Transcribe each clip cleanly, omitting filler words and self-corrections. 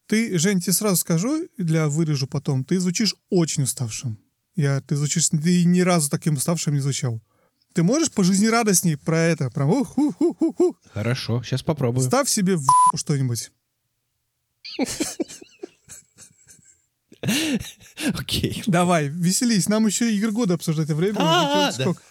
Ты, Жень, тебе сразу скажу, вырежу потом, ты звучишь очень уставшим. Ты ни разу таким уставшим не звучал. Ты можешь пожизнерадостней про это? Прям уху-ху-ху-ху. Хорошо, сейчас попробую. Ставь себе в что-нибудь. Окей. Давай, веселись. Нам еще игры года обсуждать, а время уже сколько.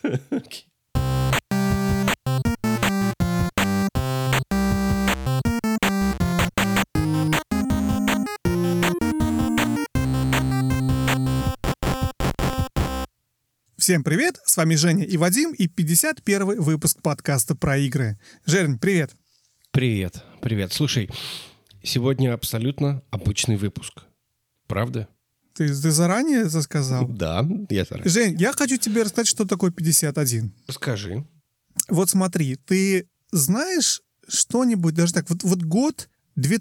Всем привет, с вами Женя и Вадим, и 51-й выпуск подкаста про игры. Жень, привет. Привет. Слушай, сегодня абсолютно обычный выпуск. Правда? Ты заранее это сказал? Да, я заранее. Жень, я хочу тебе рассказать, что такое 51. Скажи. Вот смотри, ты знаешь что-нибудь, даже так, вот год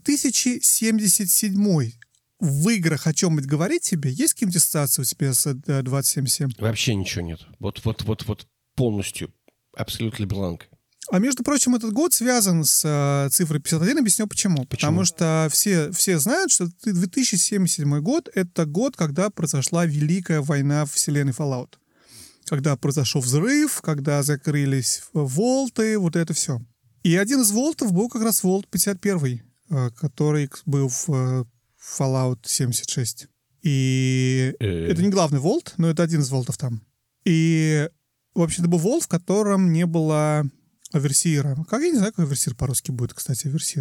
2077 в играх о чем-нибудь говорит тебе? Есть какие-нибудь ассоциации у тебя с 2077? Вообще ничего нет. Вот полностью. Абсолютно бланк. А между прочим, этот год связан с цифрой 51. Объясню почему. Потому что все знают, что 2077 год — это год, когда произошла Великая война в вселенной Fallout. Когда произошел взрыв, когда закрылись волты, вот это все. И один из волтов был как раз волт 51, который был в Fallout 76. И это не главный волт, но это один из волтов там. И, в общем, это был волт, в котором не было оверсира. Как, я не знаю, как оверсир по-русски будет, кстати, оверсир.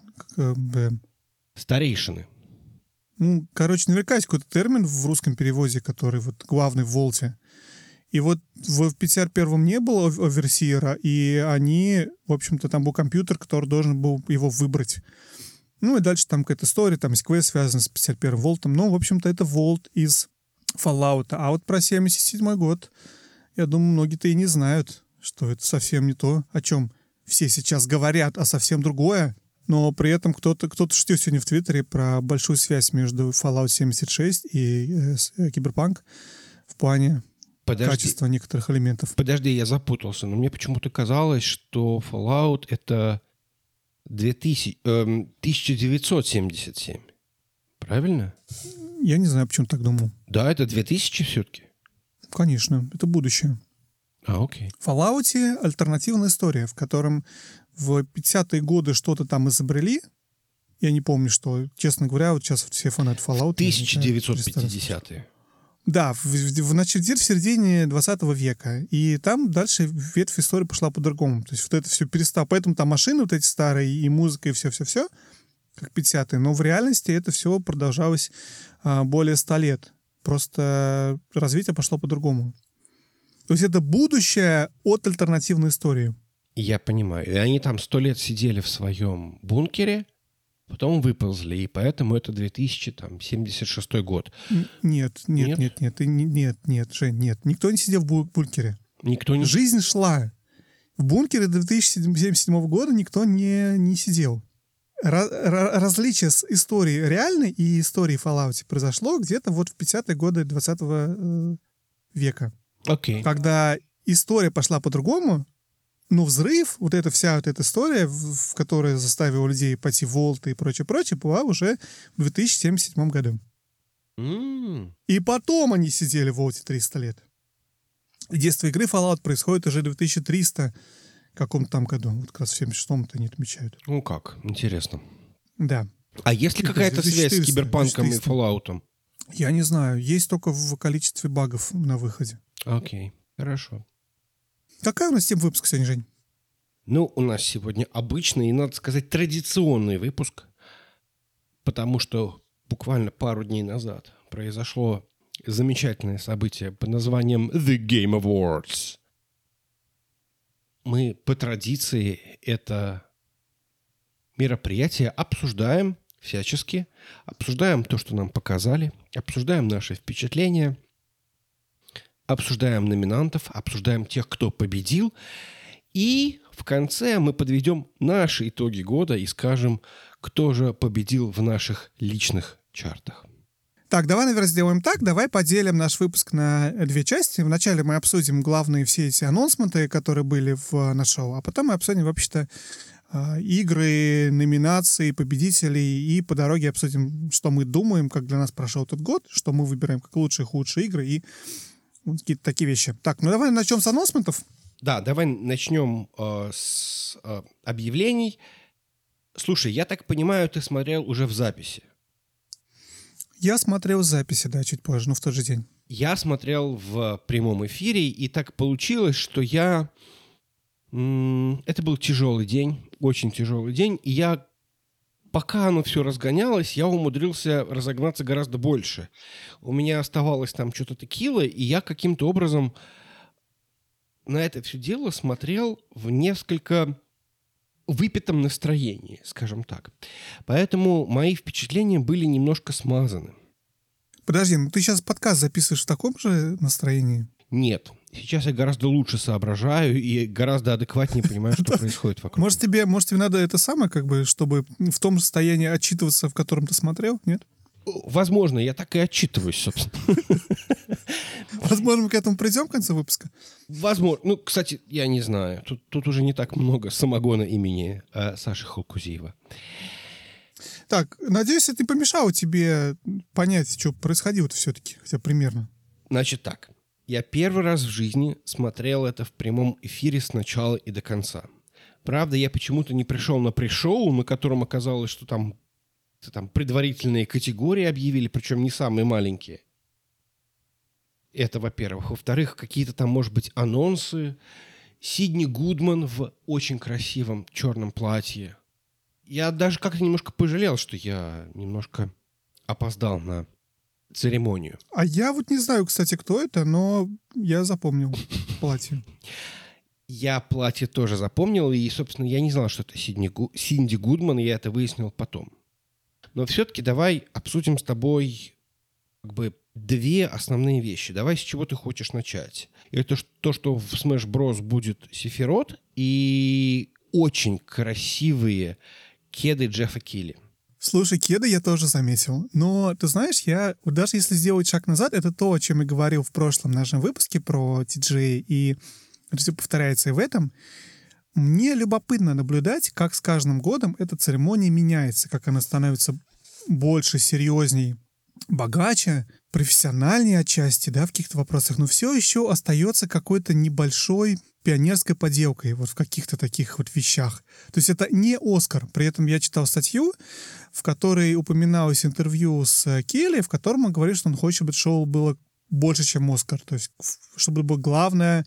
Старейшины. Короче, наверняка есть какой-то термин в русском переводе, который вот главный в волте. И вот в 51-м не было оверсира, и они, в общем-то, там был компьютер, который должен был его выбрать. Ну и дальше там какая-то история, там есть квест, связанный с 51-м волтом. Но, в общем-то, это волт из Fallout. А вот про 77-й год, я думаю, многие-то и не знают, что это совсем не то, о чем все сейчас говорят, а совсем другое. Но при этом кто-то шутил сегодня в Твиттере про большую связь между Fallout 76 и Киберпанк в плане качества некоторых элементов. Подожди, я запутался. Но мне почему-то казалось, что Fallout — это 1977. Правильно? Я не знаю, почему так думал. Да, это 2000 все-таки? Конечно, это будущее. Окей. В Fallout альтернативная история, в котором в 50-е годы что-то там изобрели. Я не помню, что. Честно говоря, вот сейчас все фанаты Fallout... 1950-е. Да, в середине 20 века. И там дальше ветвь истории пошла по-другому. То есть вот это все перестало. Поэтому там машины вот эти старые, и музыка, и все-все-все, как 50-е. Но в реальности это все продолжалось более 100 лет. Просто развитие пошло по-другому. То есть это будущее от альтернативной истории. Я понимаю. И они там 100 лет сидели в своем бункере, потом выползли, и поэтому это 2076 год. Нет, Жень, нет. Никто не сидел в бункере. Никто не... Жизнь шла. В бункере до 2077 года никто не сидел. Различие с историей реальной и историей Fallout произошло где-то вот в 50-е годы 20 века. Окей. Когда история пошла по-другому, но взрыв, вот эта вся вот эта история, в которой заставила людей пойти в волты и прочее, была уже в 2077 году. И потом они сидели в волте 300 лет. Детство игры Fallout происходит уже в 2300 каком-то там году. Вот как раз в 76-м-то они отмечают. Ну как, интересно. Да. А есть ли какая-то связь с Киберпанком и Fallout'ом? Я не знаю. Есть только в количестве багов на выходе. Окей, хорошо. Какая у нас тема выпуска сегодня, Жень? Ну, у нас сегодня обычный и, надо сказать, традиционный выпуск, потому что буквально пару дней назад произошло замечательное событие под названием The Game Awards. Мы по традиции это мероприятие обсуждаем всячески, обсуждаем то, что нам показали, обсуждаем наши впечатления, обсуждаем номинантов, обсуждаем тех, кто победил, и в конце мы подведем наши итоги года и скажем, кто же победил в наших личных чартах. Так, давай, наверное, сделаем так. Давай поделим наш выпуск на две части. Вначале мы обсудим главные все эти анонсменты, которые были на шоу, а потом мы обсудим, вообще-то, игры, номинации, победителей, и по дороге обсудим, что мы думаем, как для нас прошел этот год, что мы выбираем как лучшие, худшие игры и вот какие-то такие вещи. Так, ну давай начнем с анонсментов. Да, давай начнем с объявлений. Слушай, я так понимаю, ты смотрел уже в записи. Я смотрел записи, да, чуть позже, в тот же день. Я смотрел в прямом эфире, и так получилось, что это был тяжелый день, очень тяжелый день, и пока оно все разгонялось, я умудрился разогнаться гораздо больше. У меня оставалось там что-то текилы, и я каким-то образом на это все дело смотрел в несколько выпитом настроении, скажем так. Поэтому мои впечатления были немножко смазаны. Подожди, ну ты сейчас подкаст записываешь в таком же настроении? Нет. Сейчас я гораздо лучше соображаю и гораздо адекватнее понимаю, что происходит вокруг. Может, тебе надо это самое, чтобы в том состоянии отчитываться, в котором ты смотрел, нет? Возможно, я так и отчитываюсь, собственно. Возможно, мы к этому придем в конце выпуска? Возможно. Ну, кстати, я не знаю. Тут уже не так много самогона имени Саши Халкузиева. Так, надеюсь, это не помешало тебе понять, что происходило-то все-таки, хотя примерно. Значит так. Я первый раз в жизни смотрел это в прямом эфире с начала и до конца. Правда, я почему-то не пришел на пришоу, на котором оказалось, что там предварительные категории объявили, причем не самые маленькие. Это, во-первых. Во-вторых, какие-то там, может быть, анонсы. Сидни Гудман в очень красивом черном платье. Я даже как-то немножко пожалел, что я немножко опоздал на церемонию. А я вот не знаю, кстати, кто это, но я запомнил платье. Я платье тоже запомнил, и, собственно, я не знал, что это Синди Гудман, и я это выяснил потом. Но все-таки давай обсудим с тобой две основные вещи. Давай с чего ты хочешь начать. Это то, что в Smash Bros. Будет Сефирот и очень красивые кеды Джеффа Килли. Слушай, кеды я тоже заметил. Но, ты знаешь, даже если сделать шаг назад, это то, о чем я говорил в прошлом нашем выпуске про TJ, и это все повторяется и в этом. Мне любопытно наблюдать, как с каждым годом эта церемония меняется, как она становится больше, серьезней, богаче, профессиональнее отчасти, да, в каких-то вопросах, но все еще остается какой-то небольшой пионерской поделкой вот в каких-то таких вот вещах. То есть это не Оскар. При этом я читал статью, в которой упоминалось интервью с Келли, в котором он говорит, что он хочет, чтобы шоу было больше, чем Оскар. То есть чтобы было главное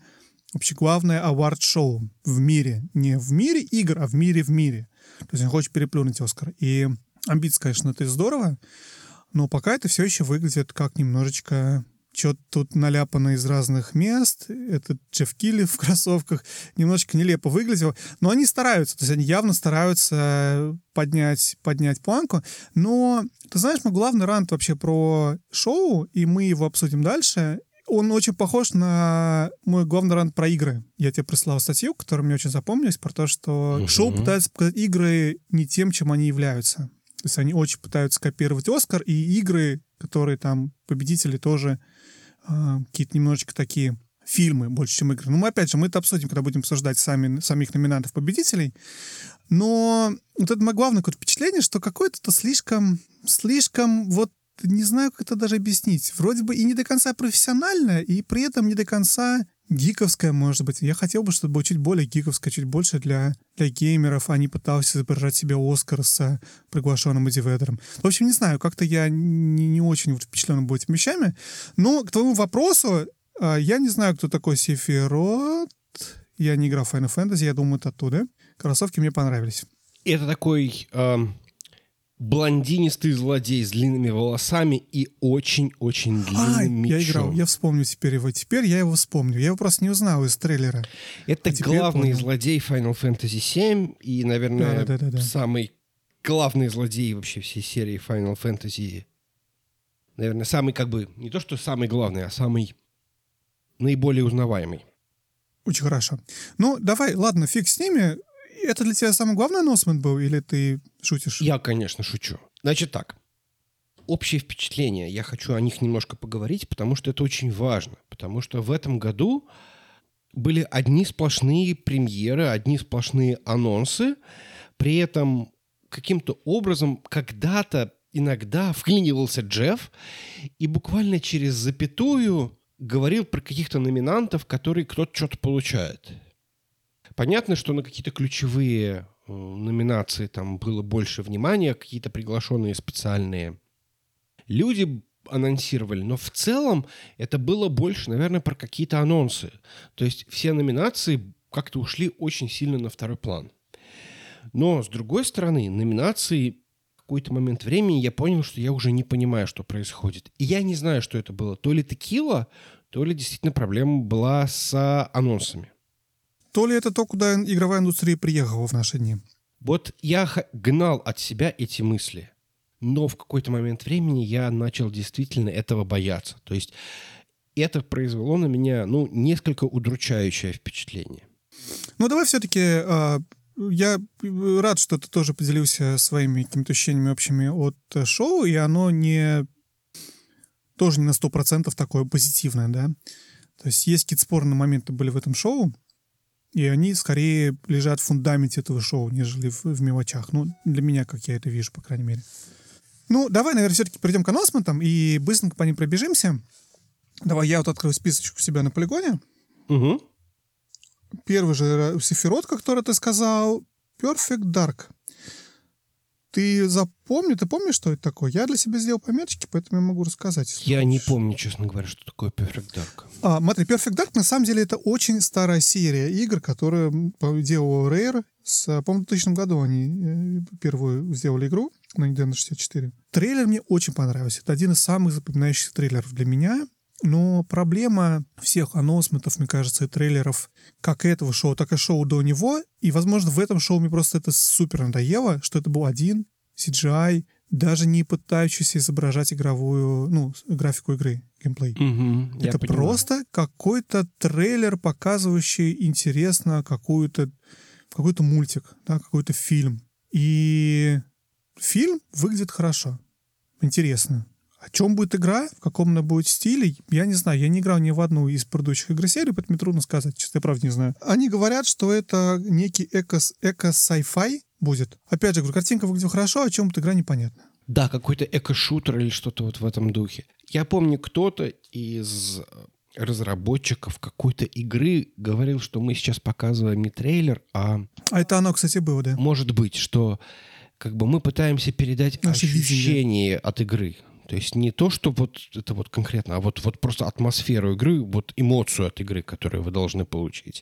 авард-шоу в мире. Не в мире игр, а в мире. То есть он хочет переплюнуть Оскар. И амбиции, конечно, это здорово, но пока это все еще выглядит как немножечко что-то тут наляпано из разных мест. Этот Джефф Килли в кроссовках немножечко нелепо выглядел. Но они стараются. То есть они явно стараются поднять планку. Но, ты знаешь, мой главный рант вообще про шоу, и мы его обсудим дальше, он очень похож на мой главный рант про игры. Я тебе прислал статью, которая мне очень запомнилась, про то, что шоу пытается показать игры не тем, чем они являются. То есть они очень пытаются копировать Оскар, и игры, которые там победители, тоже какие-то немножечко такие фильмы больше, чем игры. Ну, мы опять же, мы это обсудим, когда будем обсуждать самих номинантов-победителей. Но вот это мое главное какое-то впечатление, что какое-то слишком, вот не знаю, как это даже объяснить. Вроде бы и не до конца профессиональное, и при этом не до конца гиковская, может быть. Я хотел бы, чтобы было чуть более гиковское, чуть больше для геймеров, а не пытался изображать себе Оскар с приглашенным Эдди Ведером. В общем, не знаю, как-то я не очень впечатлен был этими вещами. Но к твоему вопросу, я не знаю, кто такой Сефирот. Я не играл в Final Fantasy, я думаю, это оттуда. Кроссовки мне понравились. Это такой блондинистый злодей с длинными волосами и очень-очень длинным мечом. Я играл, я вспомню теперь его. Теперь я его вспомню. Я его просто не узнал из трейлера. Это главный злодей Final Fantasy VII и, наверное, самый главный злодей вообще всей серии Final Fantasy. Наверное, самый не то что самый главный, а самый наиболее узнаваемый. Очень хорошо. Ну, давай, ладно, фиг с ними. Это для тебя самый главный анонсмент был, или ты шутишь? Я, конечно, шучу. Значит так. Общее впечатление. Я хочу о них немножко поговорить, потому что это очень важно. Потому что в этом году были одни сплошные премьеры, одни сплошные анонсы. При этом каким-то образом когда-то иногда вклинивался Джефф и буквально через запятую говорил про каких-то номинантов, которые кто-то что-то получает. Понятно, что на какие-то ключевые номинации там было больше внимания, какие-то приглашенные специальные люди анонсировали, но в целом это было больше, наверное, про какие-то анонсы. То есть все номинации как-то ушли очень сильно на второй план. Но, с другой стороны, номинации в какой-то момент времени я понял, что я уже не понимаю, что происходит. И я не знаю, что это было. То ли текила, то ли действительно проблема была с анонсами. То ли это то, куда игровая индустрия приехала в наши дни. Вот я гнал от себя эти мысли. Но в какой-то момент времени я начал действительно этого бояться. То есть это произвело на меня, несколько удручающее впечатление. Ну, давай все-таки... Я рад, что ты тоже поделился своими какими-то ощущениями общими от шоу, и оно тоже не на 100% такое позитивное, да? То есть есть какие-то спорные моменты были в этом шоу, и они скорее лежат в фундаменте этого шоу, нежели в мелочах. Ну, для меня, как я это вижу, по крайней мере. Ну, давай, наверное, все-таки перейдем к анонсментам и быстренько по ним пробежимся. Давай я вот открою списочек у себя на полигоне. Угу. Первый же Сефирот, который ты сказал, Perfect Dark. Ты помнишь, что это такое? Я для себя сделал пометочки, поэтому я могу рассказать. Я не помню, честно говоря, что такое Perfect Dark. Смотри, Perfect Dark на самом деле это очень старая серия игр, которую делала Rare. По-моему, в 2000 году они первую сделали игру на Nintendo 64. Трейлер мне очень понравился. Это один из самых запоминающихся трейлеров для меня. Но проблема всех анонсментов, мне кажется, и трейлеров как этого шоу, так и шоу до него, и, возможно, в этом шоу мне просто это супер надоело, что это был один CGI, даже не пытающийся изображать графику игры, геймплей. Это просто какой-то трейлер, показывающий интересно какой-то мультик, да, какой-то фильм. И фильм выглядит хорошо, интересно. О чем будет игра, в каком она будет стиле, я не знаю. Я не играл ни в одну из предыдущих игр-серий, поэтому мне трудно сказать, честно, я правда не знаю. Они говорят, что это некий эко-сайфай будет. Опять же, говорю, картинка выглядит хорошо, о чем будет игра непонятно. Да, какой-то эко-шутер или что-то вот в этом духе. Я помню, кто-то из разработчиков какой-то игры говорил, что мы сейчас показываем не трейлер, а... А это оно, кстати, было, да. Может быть, что как бы мы пытаемся передать ощущение от игры. То есть не то, что вот это вот конкретно, а вот просто атмосферу игры, вот эмоцию от игры, которую вы должны получить.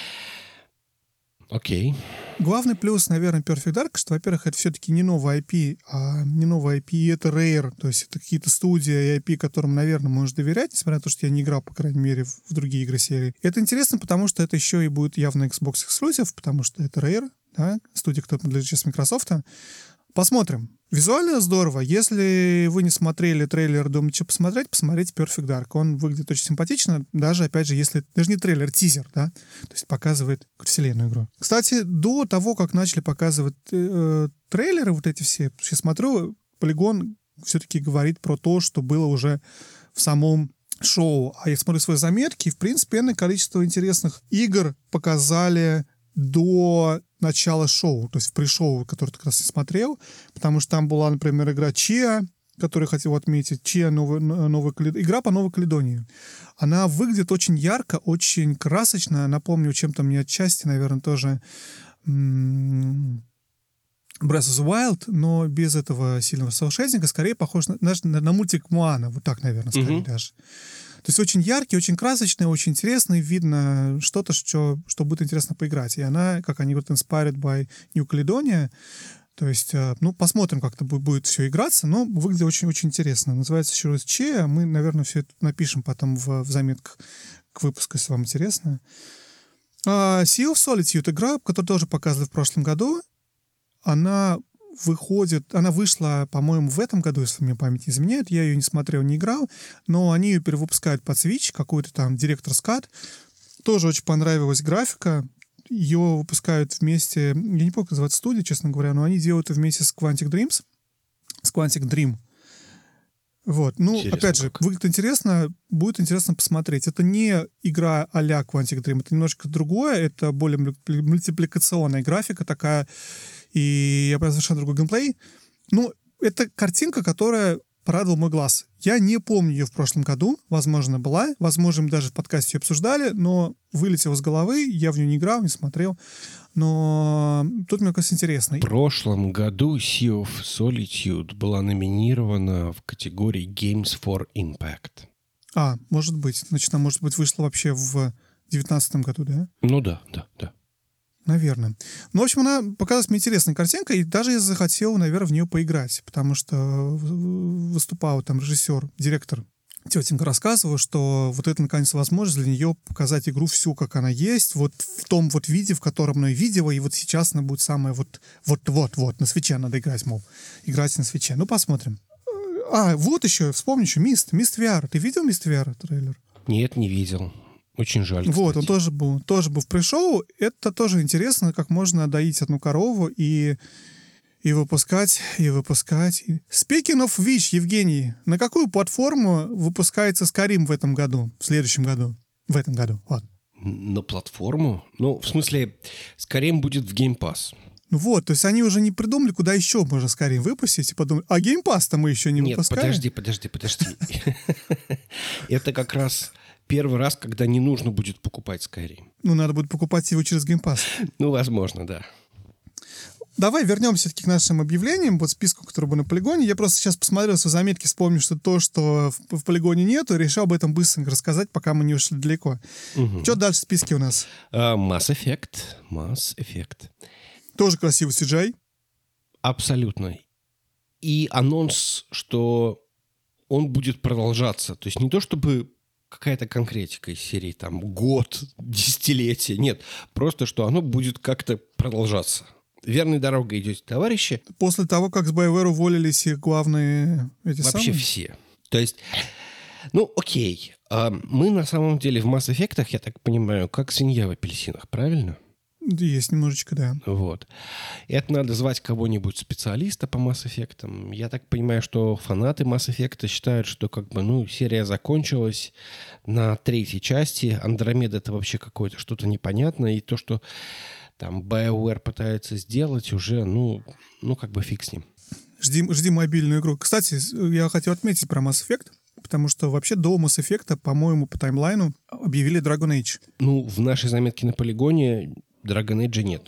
Окей. Главный плюс, наверное, Perfect Dark, что, во-первых, это все-таки не новый IP, это Rare, то есть это какие-то студии и IP, которым, наверное, можешь доверять, несмотря на то, что я не играл, по крайней мере, в другие игры серии. Это интересно, потому что это еще и будет явно Xbox Exclusive, потому что это Rare, да, студия, которая принадлежит сейчас Microsoft. Посмотрим. Визуально здорово. Если вы не смотрели трейлер, думаете, что посмотреть, посмотрите Perfect Dark. Он выглядит очень симпатично, даже, опять же, если... Даже не трейлер, тизер, да? То есть показывает вселенную игру. Кстати, до того, как начали показывать трейлеры вот эти все, я смотрю, Polygon все-таки говорит про то, что было уже в самом шоу. А я смотрю свои заметки, и, в принципе, энное количество интересных игр показали до начала шоу, то есть в пришоу, который ты как раз не смотрел, потому что там была, например, игра Чиа, которую я хотел отметить, Чиа игра по Новой Каледонии. Она выглядит очень ярко, очень красочно, напомню, чем-то мне отчасти, наверное, тоже Breath of the Wild, но без этого сильного селшейдинга, скорее похож на мультик Моана, вот так, наверное, скорее даже. То есть очень яркий, очень красочный, очень интересный. Видно что-то, что будет интересно поиграть. И она, как они говорят, inspired by New Caledonia. То есть, посмотрим, как это будет все играться, но выглядит очень-очень интересно. Называется еще раз Че. Мы, наверное, все это напишем потом в заметках к выпуску, если вам интересно. Sea of Solitude, игра, которую тоже показывали в прошлом году. Она вышла, по-моему, в этом году, если мне память не изменяет. Я ее не смотрел, не играл, но они ее перевыпускают под Switch, какой-то там Director's Cut. Тоже очень понравилась графика. Ее выпускают вместе, я не помню, как называется студия, честно говоря, но они делают это вместе с Quantic Dream. Вот. Интересно, опять же, выглядит интересно, будет интересно посмотреть. Это не игра а-ля Quantic Dream, это немножко другое, это более мультипликационная графика такая. и я понял совершенно другой геймплей. Ну, это картинка, которая порадовала мой глаз. Я не помню ее в прошлом году. Возможно, была. Возможно, мы даже в подкасте ее обсуждали, но вылетела с головы. Я в нее не играл, не смотрел. Но тут, мне кажется, интересно. В прошлом году Sea of Solitude была номинирована в категории Games for Impact. Может быть. Значит, она, может быть, вышла вообще в 2019 году, да? Ну да. Наверное. Ну, в общем, она показалась мне интересной картинкой, и даже я захотел, наверное, в нее поиграть, потому что выступал там режиссер, директор. Тетенька рассказывала, что вот это, наконец, возможность для нее показать игру всю, как она есть, вот в том вот виде, в котором она ее видела, и вот сейчас она будет самая вот, на свитче надо играть, мол, играть на свитче. Ну, посмотрим. Вот еще, вспомни еще, Mist VR. Ты видел Mist VR трейлер? Нет, не видел. Очень жаль, Вот, кстати. он тоже был в пришоу. Это тоже интересно, как можно доить одну корову и выпускать. Speaking of which, Евгений, на какую платформу выпускается Skyrim в этом году, в следующем году? В этом году, ладно. На платформу? Ну, в смысле, Skyrim будет в Game Pass. Ну вот, то есть они уже не придумали, куда еще можно Skyrim выпустить, и подумали, Game Pass-то мы еще не выпускаем? Нет, подожди. Это как раз первый раз, когда не нужно будет покупать Skyrim. Ну, надо будет покупать его через Game Pass. Ну, возможно, да. Давай вернемся все-таки к нашим объявлениям, вот списку, который был на полигоне. Я просто сейчас посмотрел свои заметки, вспомнил, что то, что в полигоне нету, и решил об этом быстренько рассказать, пока мы не ушли далеко. Что дальше в списке у нас? Mass Effect. Тоже красивый CGI. Абсолютно. И анонс, что он будет продолжаться. То есть не то, чтобы какая-то конкретика из серии, там, год, десятилетие. Нет, просто, что оно будет как-то продолжаться. Верной дорогой идете, товарищи. После того, как с BioWare уволились их главные Вообще все. То есть, ну, окей. Мы на самом деле в Mass Effect'ах, я так понимаю, как свинья в апельсинах, правильно? Есть немножечко, да. Вот. Это надо звать кого-нибудь специалиста по Mass Effect'ам. Я так понимаю, что фанаты Mass Effect'а считают, что как бы, ну, серия закончилась на 3-й части. Андромеда — это вообще какое-то что-то непонятное. И то, что там BioWare пытается сделать, уже, ну, как бы фиг с ним. Жди мобильную игру. Кстати, я хотел отметить про Mass Effect, потому что вообще до Mass Effect'а, по-моему, по таймлайну объявили Dragon Age. Ну, в нашей заметке на полигоне Dragon Age нет.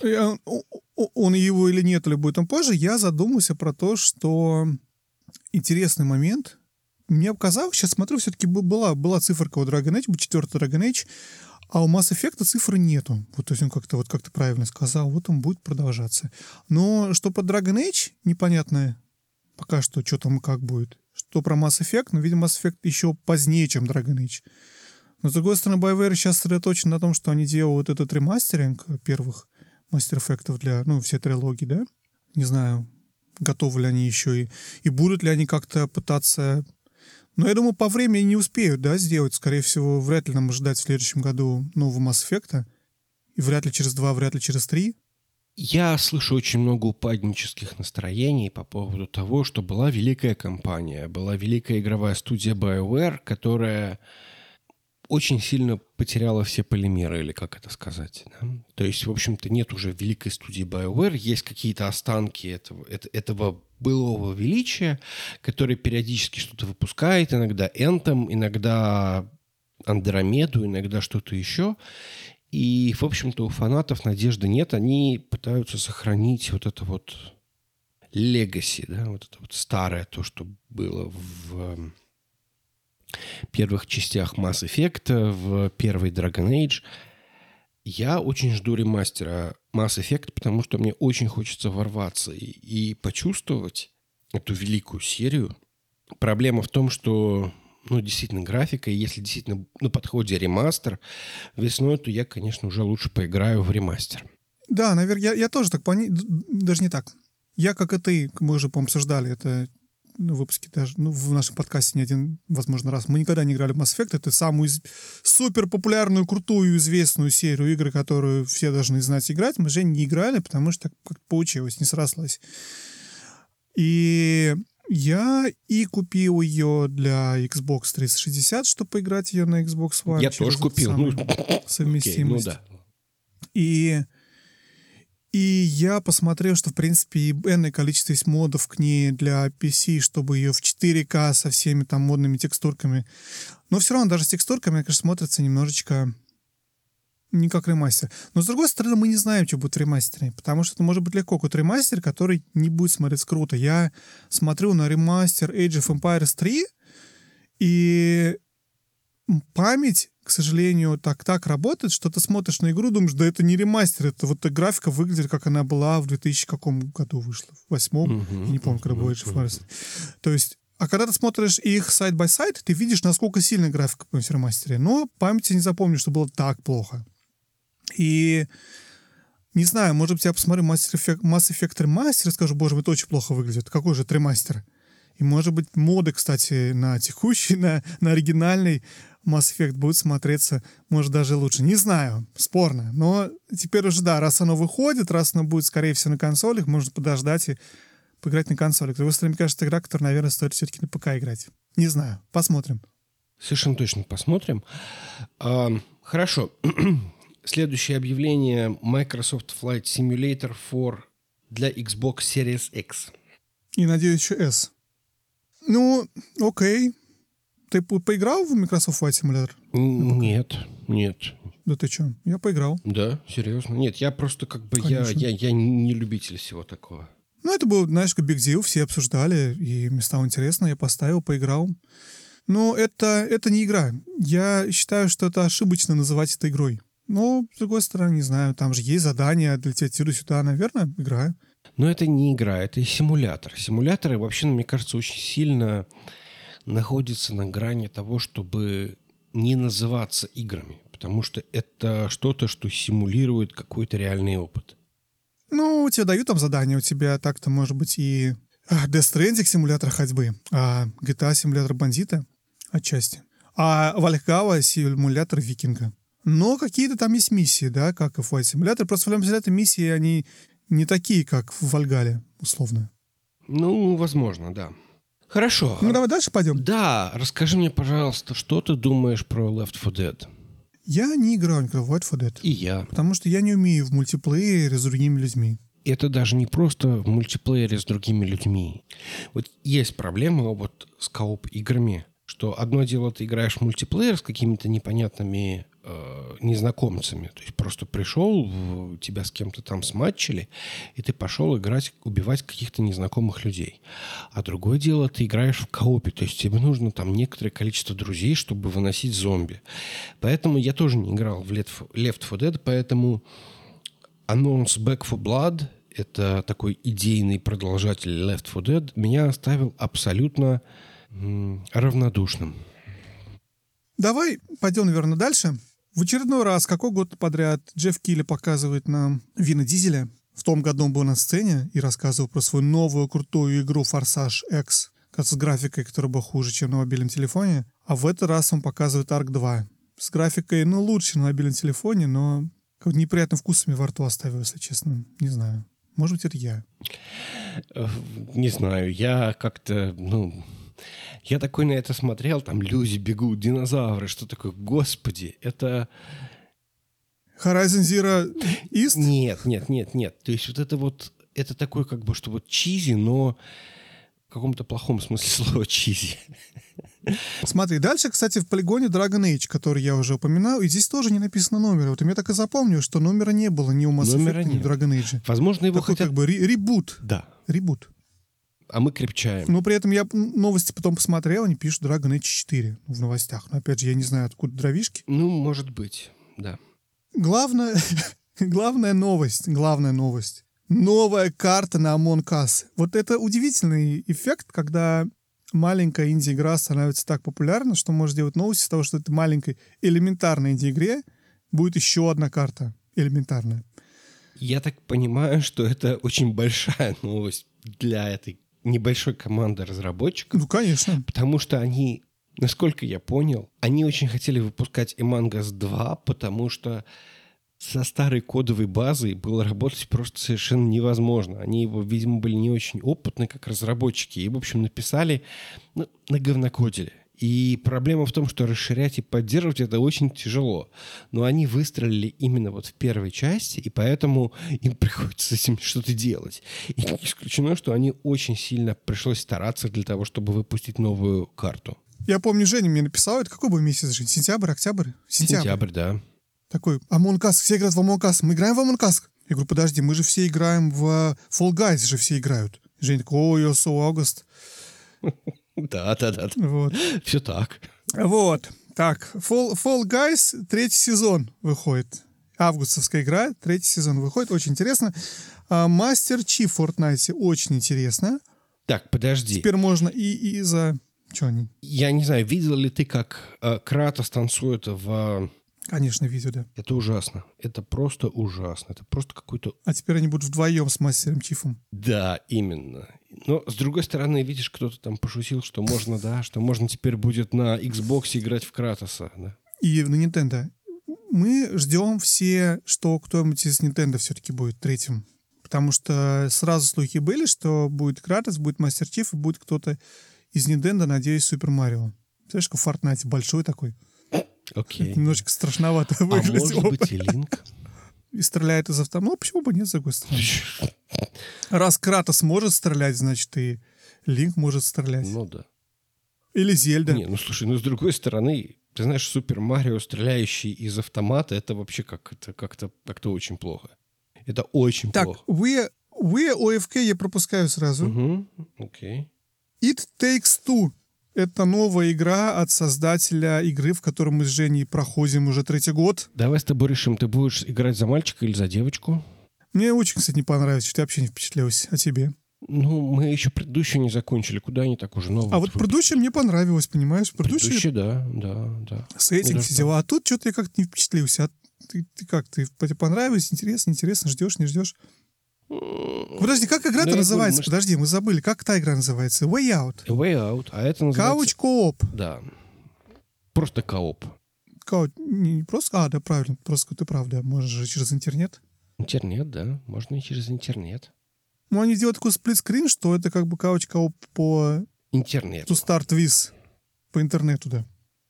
Он его или нет, или будет он позже, я задумался про то, что интересный момент. Мне показалось, сейчас смотрю, все-таки была циферка у Dragon Age, 4-й Dragon Age, а у Mass Effect цифры нету. Вот, то есть он как ты правильно сказал, вот он будет продолжаться. Но что по Dragon Age, непонятно пока что там и как будет. Что про Mass Effect, но, видимо, Mass Effect еще позднее, чем Dragon Age. Но, с другой стороны, BioWare сейчас сосредоточен на том, что они делают этот ремастеринг первых Mass Effect'ов для, всей трилогии, да? Не знаю, готовы ли они еще и будут ли они как-то пытаться... Но я думаю, по времени не успеют, да, сделать. Скорее всего, вряд ли нам ждать в следующем году нового Mass Effect'а. И вряд ли через 2, вряд ли через 3. Я слышу очень много упаднических настроений по поводу того, что была великая компания, была великая игровая студия BioWare, которая очень сильно потеряла все полимеры, или как это сказать. Да? То есть, в общем-то, нет уже великой студии BioWare, есть какие-то останки этого былого величия, который периодически что-то выпускает, иногда Anthem, иногда Андромеду, иногда что-то еще. И, в общем-то, у фанатов надежды нет, они пытаются сохранить вот это вот легаси, да, вот это вот старое, то, что было в первых частях Mass Effect, в первой Dragon Age. Я очень жду ремастера Mass Effect, потому что мне очень хочется ворваться и почувствовать эту великую серию. Проблема в том, что, действительно, графика, и если действительно на подходе ремастер весной, то я, конечно, уже лучше поиграю в ремастер. Да, наверное, я тоже так понял, даже не так. Я, как и ты, мы уже, по-моему, обсуждали это в выпуске даже, в нашем подкасте не один, возможно, раз. Мы никогда не играли в Mass Effect. Это самую супер популярную, крутую, известную серию игр, которую все должны знать играть. Мы же не играли, потому что так как получилось, не срослось. И я купил ее для Xbox 360, чтобы поиграть ее на Xbox One. Я тоже купил. Совместимость. Okay, да. И И я посмотрел, что, в принципе, энное количество есть модов к ней для PC, чтобы ее в 4К со всеми там модными текстурками. Но все равно даже с текстурками, конечно, смотрится немножечко не как ремастер. Но, с другой стороны, мы не знаем, что будет в ремастере, потому что это может быть легко какой-то ремастер, который не будет смотреться круто. Я смотрю на ремастер Age of Empires 3, и память, к сожалению, так работает, что ты смотришь на игру, думаешь, да это не ремастер, это вот графика выглядит, как она была в 2000 каком году вышла? В 2008? Я не помню, когда был Age of Empires. То есть, а когда ты смотришь их сайд-бай-сайд, ты видишь, насколько сильная графика в ремастере. Но памяти не запомню, что было так плохо. И не знаю, может быть, я посмотрю Mass Effect Remaster и скажу, боже мой, это очень плохо выглядит. Какой же это ремастер? И, может быть, моды, кстати, на текущий, на оригинальный Mass Effect будут смотреться, может, даже лучше. Не знаю, спорно. Но теперь уже, да, раз оно выходит, раз оно будет, скорее всего, на консолях, можно подождать и поиграть на консолях. С другой стороны, мне кажется, игра, которая, наверное, стоит все-таки на ПК играть. Не знаю, посмотрим. Совершенно точно посмотрим. Хорошо. Следующее объявление: Microsoft Flight Simulator 4 для Xbox Series X. И, надеюсь, еще S. Ну, окей. Ты поиграл в Microsoft Flight Simulator? Нет. Да ты что? Я поиграл. Да, серьезно? Нет, я просто я не любитель всего такого. Ну, это был, знаешь, как big deal, все обсуждали, и мне стало интересно, я поставил, поиграл. Но это не игра. Я считаю, что это ошибочно называть это игрой. Но, с другой стороны, не знаю, там же есть задания лететь сюда, наверное, игра. Но это не игра, это симулятор. Симуляторы вообще, мне кажется, очень сильно находятся на грани того, чтобы не называться играми. Потому что это что-то, что симулирует какой-то реальный опыт. Ну, тебе дают там задания, у тебя так-то, может быть, и Death Stranding симулятор ходьбы, а GTA симулятор бандита отчасти, а Valhalla симулятор викинга. Но какие-то там есть миссии, да, как и в Flight Simulator. Просто в Flight Simulator миссии, они не такие, как в Вальгале, условно. Ну, возможно, да. Хорошо. Ну, давай дальше пойдем. Да, расскажи мне, пожалуйста, что ты думаешь про Left 4 Dead? Я не играю никогда в Left 4 Dead. И я. Потому что я не умею в мультиплеере с другими людьми. Это даже не просто в мультиплеере с другими людьми. Вот есть проблема вот с кооп-играми, что одно дело, ты играешь в мультиплеер с какими-то непонятными незнакомцами. То есть просто пришел, тебя с кем-то там сматчили, и ты пошел играть, убивать каких-то незнакомых людей. А другое дело, ты играешь в коопе. То есть тебе нужно там некоторое количество друзей, чтобы выносить зомби. Поэтому я тоже не играл в Left 4 Dead, поэтому анонс Back 4 Blood, это такой идейный продолжатель Left 4 Dead, меня оставил абсолютно равнодушным. Давай пойдем, наверное, дальше. В очередной раз, какой год подряд, Джефф Килли показывает нам Вина Дизеля. В том году он был на сцене и рассказывал про свою новую крутую игру Forza X, с графикой, которая была хуже, чем на мобильном телефоне. А в этот раз он показывает Ark 2. С графикой, лучше, чем на мобильном телефоне, но неприятным вкусами во рту оставил, если честно. Не знаю. Может быть, это я. Не знаю. Я как-то, я такой на это смотрел, там люди бегут, динозавры, что такое? Господи, это... Horizon Zero East? Нет. То есть это такой что вот чизи, но в каком-то плохом смысле слова чизи. Смотри, дальше, кстати, в полигоне Dragon Age, который я уже упоминал, и здесь тоже не написано номера. Вот я так и запомнил, что номера не было ни у Mass Effect, ни в Dragon Age. Возможно, его такой ребут. Да. Ребут. А мы крепчаем. Но при этом я новости потом посмотрел, они пишут Dragon Age 4 в новостях. Но опять же, я не знаю, откуда дровишки. Может быть, да. Главная новость. Новая карта на Among Us. Вот это удивительный эффект, когда маленькая инди-игра становится так популярна, что можно делать новости с того, что это маленькой элементарной инди-игре будет еще одна карта элементарная. Я так понимаю, что это очень большая новость для этой небольшой команды разработчиков. Ну, конечно. Потому что они, насколько я понял, они очень хотели выпускать Among Us 2, потому что со старой кодовой базой было работать просто совершенно невозможно. Они, видимо, были не очень опытны как разработчики и, в общем, написали, наговнокодили. И проблема в том, что расширять и поддерживать это очень тяжело. Но они выстрелили именно вот в первой части, и поэтому им приходится с этим что-то делать. И не исключено, что они очень сильно пришлось стараться для того, чтобы выпустить новую карту. Я помню, Женя мне написал, это какой был месяц, Жень? Сентябрь, октябрь? Сентябрь, да. Такой, Among Us, все играют в Among Us, мы играем в Among Us. Я говорю, подожди, мы же все играем в Fall Guys, же все играют. Женя такой, ой, you're so August. Да. Вот. Все так. Вот. Так, Fall Guys, 3-й сезон выходит. Августовская игра, 3-й сезон выходит, очень интересно. Master Chief в Fortnite, очень интересно. Так, подожди. Теперь можно и за... Что они? Я не знаю, видел ли ты, как Кратос танцует в... Конечно, видео, да. Это ужасно. Это просто ужасно. Это просто какой-то... А теперь они будут вдвоем с Мастером Чифом. Да, именно. Но, с другой стороны, видишь, кто-то там пошутил, что можно, да, что можно теперь будет на Xbox играть в Кратоса, да. И на Nintendo. Мы ждем все, что кто-нибудь из Nintendo все-таки будет третьим. Потому что сразу слухи были, что будет Кратос, будет Мастер Чиф, и будет кто-то из Nintendo, надеюсь, Супер Марио. Знаешь, как в Fortnite большой такой. Окей. Немножечко страшновато выглядит. А может быть и Линк? И стреляет из автомата. Ну, почему бы нет, с другой стороны. Раз Кратос может стрелять, значит, и Линк может стрелять. Ну да. Или Зельда. Не, ну слушай, ну с другой стороны, ты знаешь, Супер Марио, стреляющий из автомата, это вообще как-то очень плохо. Это очень так, плохо. We OFK я пропускаю сразу. Угу, окей. It Takes Two. Это новая игра от создателя игры, в которой мы с Женей проходим уже 3-й год. Давай с тобой решим, ты будешь играть за мальчика или за девочку? Мне очень, кстати, не понравилось, что-то я вообще не впечатлилась. А тебе? Ну, мы еще предыдущую не закончили. Куда они так уже новые? А вот предыдущее мне понравилось, понимаешь? Предыдущие, да. Сеттинг, все дела. А тут что-то я как-то не впечатлился. А ты как? Тебе понравилось? Интересно? Ждешь, не ждешь? Подожди, как игра-то Да, называется? думаю, Подожди, мы забыли. Как та игра называется? Way Out. A Way Out. А это называется... Couch Co-op. Да. Просто кооп. Не просто... да, правильно. Просто ты прав, да. Можно же через интернет. Интернет, да. Можно и через интернет. Ну, они делают такой сплитскрин, что это как бы Couch Co-op по... Интернет. To Start With. По интернету, да.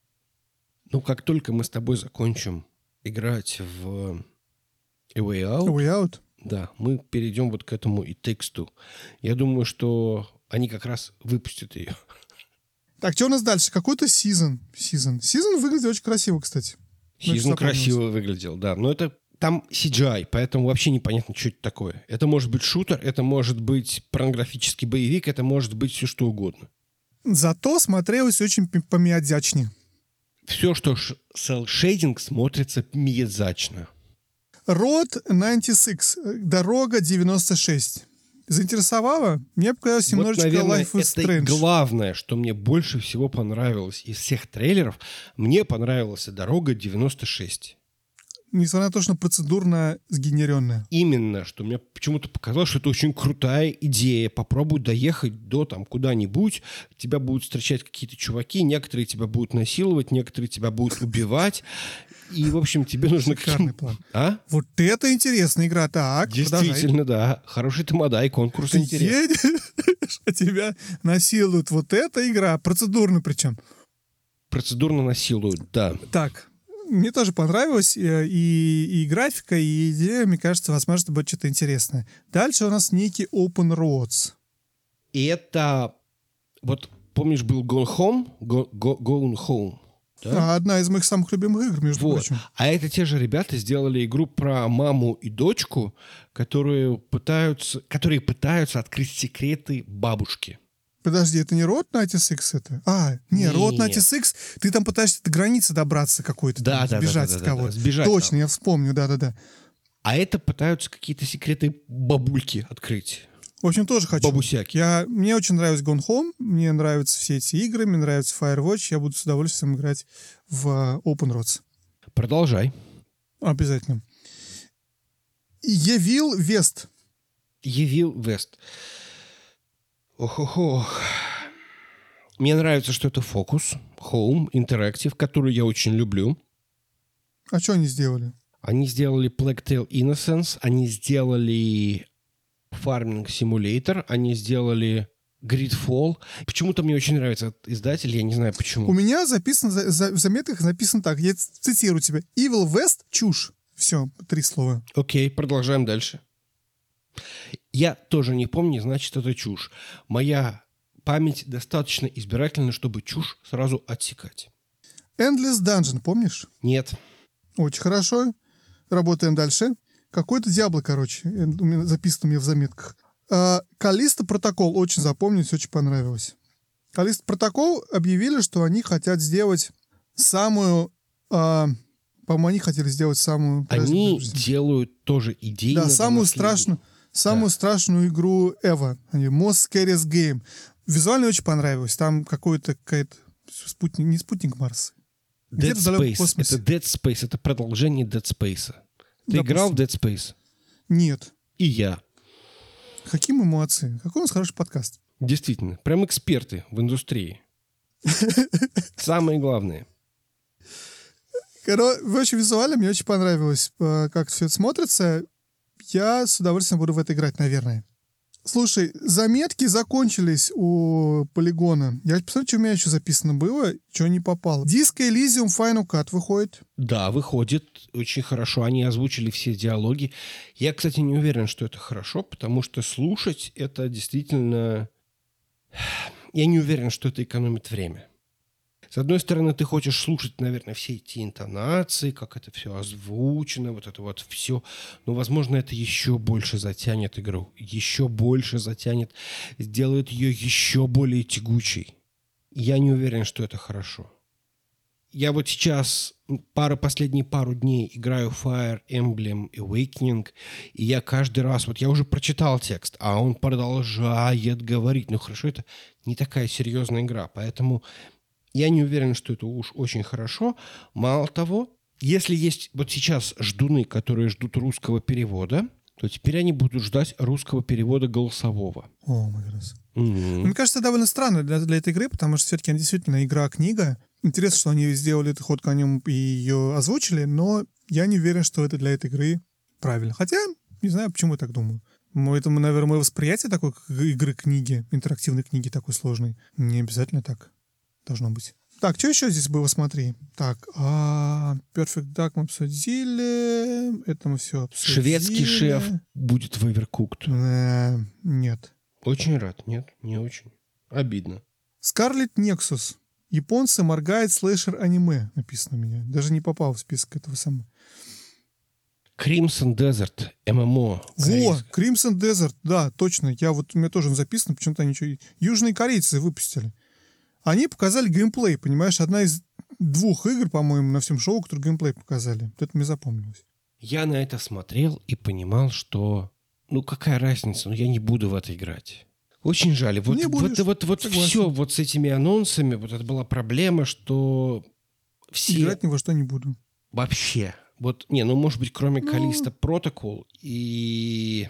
Ну, как только мы с тобой закончим играть в A Way Out... Way Out? Да, мы перейдем вот к этому и тексту. Я думаю, что они как раз выпустят ее. Так, что у нас дальше? Какой-то Season. Season выглядит очень красиво, кстати. Season красиво выглядел, да. Но это там CGI, поэтому вообще непонятно, что это такое. Это может быть шутер, это может быть порнографический боевик, это может быть все что угодно. Зато смотрелось очень помиядзячнее. Все, что селл-шейдинг, смотрится миядзачно. Road 96. Дорога 96. Заинтересовало? Мне показалось Вот, немножечко наверное, Life is это Strange. главное, что мне больше всего понравилось из всех трейлеров. Мне понравилась «Дорога 96». Несмотря на то, что процедурно сгенеренная. Именно, что мне почему-то показалось, что это очень крутая идея. Попробуй доехать до там куда-нибудь, тебя будут встречать какие-то чуваки, некоторые тебя будут насиловать, некоторые тебя будут убивать. И, в общем, тебе нужно... Шикарный план. А? Вот это интересная игра. Так, Действительно, да. Хороший тамадай, конкурс интересный. Едешь, а тебя насилуют. Вот эта игра. Процедурно причем. Процедурно насилуют, да. Так, мне тоже понравилось и графика, и идея, мне кажется, возможно, будет что-то интересное. Дальше у нас некий Open Roads. И это... Вот помнишь, был Gone Home? Gone Home. Да? Одна из моих самых любимых игр, между прочим. А это те же ребята сделали игру про маму и дочку, которые пытаются открыть секреты бабушки. Подожди, это не Road 96 это? Road 96, ты там пытаешься до границы добраться какой-то, сбежать от кого-то. Сбежать. Точно, я вспомню, да. А это пытаются какие-то секреты бабульки открыть. В общем, тоже хочу. Бабусяки. Мне очень нравится Gone Home, мне нравятся все эти игры, мне нравится Firewatch, я буду с удовольствием играть в Open Roads. Продолжай. Обязательно. Evil West. Evil West. Ох-ох-ох. Мне нравится, что это Focus, Home, Interactive, который я очень люблю. А что они сделали? Они сделали Plague Tale Innocence, они сделали Farming Simulator, они сделали Gridfall. Почему-то мне очень нравится этот издатель, я не знаю почему. У меня записано, в заметках написано так, я цитирую тебя. Evil West — чушь. Все, 3 слова. Окей, продолжаем дальше. Я тоже не помню, значит, это чушь. Моя память достаточно избирательна, чтобы чушь сразу отсекать. Endless Dungeon, помнишь? Нет. Очень хорошо. Работаем дальше. Какой-то Диабло, короче. Записано у меня в заметках. Callisto Protocol. Очень запомнилось, очень понравилось. Callisto Protocol объявили, что они хотят сделать самую... по-моему, они хотели сделать самую... Они делают тоже идейно. Да, самую страшную игру ever. Most Scariest Game. Визуально очень понравилось. Там какая-то спутник, не спутник Марса. Dead Space. Это Dead Space. Это продолжение Dead Space. Ты играл в Dead Space? Нет. И я. Какие мы молодцы. Какой у нас хороший подкаст. Действительно. Прям эксперты в индустрии. Самые главные. Очень визуально мне очень понравилось, как все это смотрится. Я с удовольствием буду в это играть, наверное. Слушай, заметки закончились у Полигона. Я посмотрю, что у меня еще записано было, что не попало. Disco Elysium Final Cut выходит. Да, выходит. Очень хорошо. Они озвучили все диалоги. Я, кстати, не уверен, что это хорошо, потому что слушать это действительно... Я не уверен, что это экономит время. С одной стороны, ты хочешь слушать, наверное, все эти интонации, как это все озвучено, вот это вот все. Но, возможно, это еще больше затянет игру. Еще больше затянет, сделает ее еще более тягучей. Я не уверен, что это хорошо. Я вот сейчас последние пару дней играю Fire Emblem Awakening, и я каждый раз... Вот я уже прочитал текст, а он продолжает говорить. Ну, хорошо, это не такая серьезная игра, поэтому... Я не уверен, что это уж очень хорошо. Мало того, если есть вот сейчас ждуны, которые ждут русского перевода, то теперь они будут ждать русского перевода голосового. О, мой раз. Мне кажется, это довольно странно для этой игры, потому что все-таки она действительно игра-книга. Интересно, что они сделали этот ход конем и ее озвучили, но я не уверен, что это для этой игры правильно. Хотя, не знаю, почему я так думаю. Это, наверное, мое восприятие такой игры-книги, интерактивной книги такой сложной. Не обязательно так должно быть. Так, что еще здесь было, смотри. Так, Perfect Dark мы обсудили. Это мы все обсудили. Шведский шеф будет в Overcooked. Нет. Очень рад. Нет, не очень. Обидно. Scarlet Nexus. Японцы моргает слэшер аниме. Написано у меня. Даже не попал в список этого самого. Crimson Desert. ММО. Во, Crimson Desert. Да, точно. У меня тоже записано. Почему-то они южные корейцы выпустили. Они показали геймплей, понимаешь? Одна из 2 игр, по-моему, на всем шоу, которые геймплей показали. Вот это мне запомнилось. Я на это смотрел и понимал, что... Ну, какая разница? Ну, я не буду в это играть. Очень жаль. Вот все вот с этими анонсами, вот это была проблема, что все... Играть ни во что не буду. Вообще. Вот, может быть, кроме Callisto Protocol и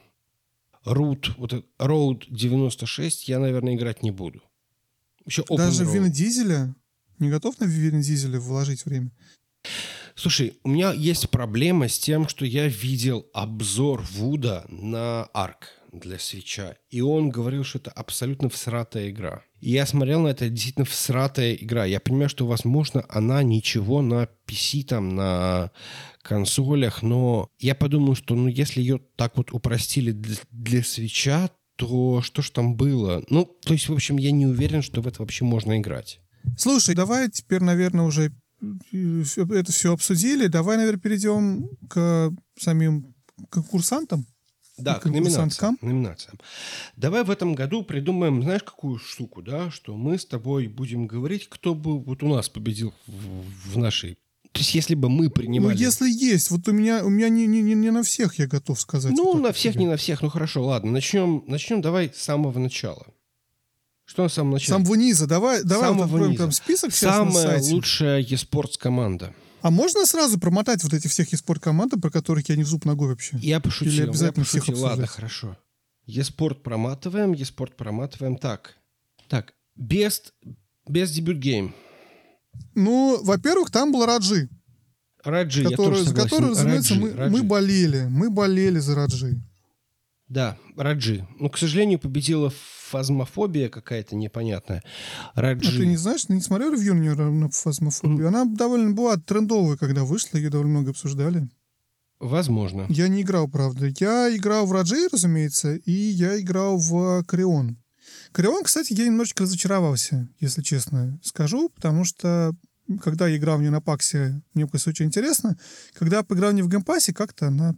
Road 96 я, наверное, играть не буду. Даже в Вина Дизеля? Не готов на Вина Дизеля вложить время? Слушай, у меня есть проблема с тем, что я видел обзор Вуда на Ark для Свитча, и он говорил, что это абсолютно всратая игра. И я смотрел на это, действительно всратая игра. Я понимаю, что, возможно, она ничего на PC, там, на консолях, но я подумал, что, если ее так вот упростили для Свитча, то что ж там было? То есть, в общем, я не уверен, что в это вообще можно играть. Слушай, давай теперь, наверное, уже это все обсудили. Давай, наверное, перейдем к самим конкурсантам. Да, к номинациям. Давай в этом году придумаем, знаешь, какую штуку, да? Что мы с тобой будем говорить, кто бы вот у нас победил в нашей... То есть, если бы мы принимали... если есть. Вот у меня не на всех, я готов сказать. На всех, не на всех. Хорошо, ладно. Начнем давай с самого начала. Что на самом начале? С самого низа. Давай откроем там список. Самая лучшая eSports команда. А можно сразу промотать вот эти всех eSport команды, про которых я не в зуб ногой вообще? Я пошутил. Или обязательно всех обсуждать? Ладно, хорошо. eSport проматываем. Так. Best Debut Game. Во-первых, там был Раджи. Я тоже согласен. За которую, разумеется, мы болели. Мы болели за Раджи. Да, Раджи. Ну, к сожалению, победила фазмофобия какая-то непонятная. Раджи. А ты не знаешь, ты не смотрел ревью на нее на фазмофобию? Она довольно была трендовая, когда вышла, ее довольно много обсуждали. Возможно. Я не играл, правда. Я играл в Раджи, разумеется, и я играл в Корион. Корион, кстати, я немножечко разочаровался, если честно скажу, потому что когда я играл в нее на паксе, мне показалось очень интересно. Когда я поиграл в нее в геймпассе, как-то она...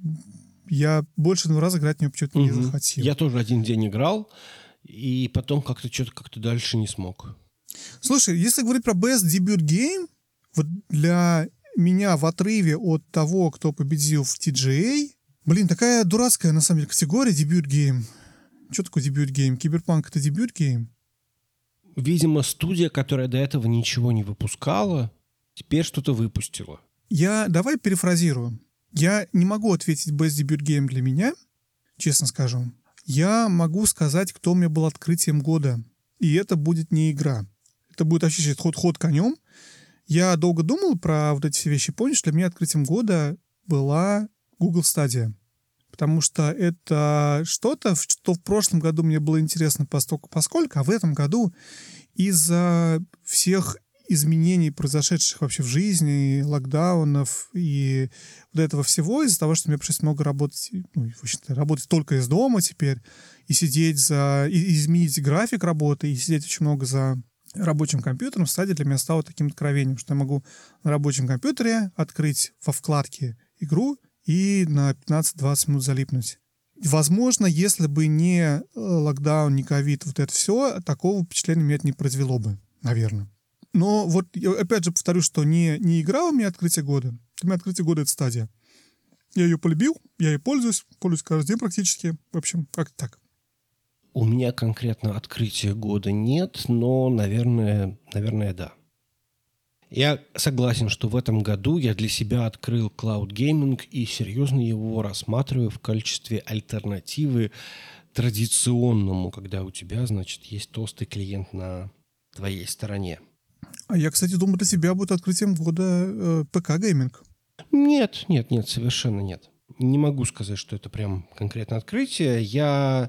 Я больше одного раза играть в нее почему-то не захотел. Я тоже один день играл, и потом как-то дальше не смог. Слушай, если говорить про Best Debut Game, вот для меня в отрыве от того, кто победил в TGA, такая дурацкая, на самом деле, категория Debut Game. Что такое Debut Game? Киберпанк — это Debut Game? Видимо, студия, которая до этого ничего не выпускала, теперь что-то выпустила. Давай перефразирую. Я не могу ответить Best Debut Game для меня, честно скажу. Я могу сказать, кто у меня был открытием года. И это будет не игра. Это будет вообще ход конем. Я долго думал про вот эти все вещи. Помнишь, для меня открытием года была Google Stadia. Потому что это что-то, что в прошлом году мне было интересно поскольку, а в этом году из-за всех изменений, произошедших вообще в жизни, и локдаунов, и вот этого всего, из-за того, что мне пришлось много работать, в общем-то, работать только из дома теперь, и сидеть и изменить график работы, и сидеть очень много за рабочим компьютером, Stadia для меня стало таким откровением, что я могу на рабочем компьютере открыть во вкладке игру и на 15-20 минут залипнуть. Возможно, если бы не локдаун, не ковид, вот это все, такого впечатления меня это не произвело бы, наверное. Но вот, опять же, повторю, что не игра у меня открытие года. У меня открытие года — это Stadia. Я ее полюбил, я ей пользуюсь каждый день практически. В общем, как-то так. У меня конкретно открытия года нет, но, наверное, да. Я согласен, что в этом году я для себя открыл Cloud Gaming и серьезно его рассматриваю в качестве альтернативы традиционному, когда у тебя, значит, есть толстый клиент на твоей стороне. А я, кстати, думаю, для себя будет открытием года ПК-гейминг. Нет, совершенно нет. Не могу сказать, что это прям конкретное открытие. Я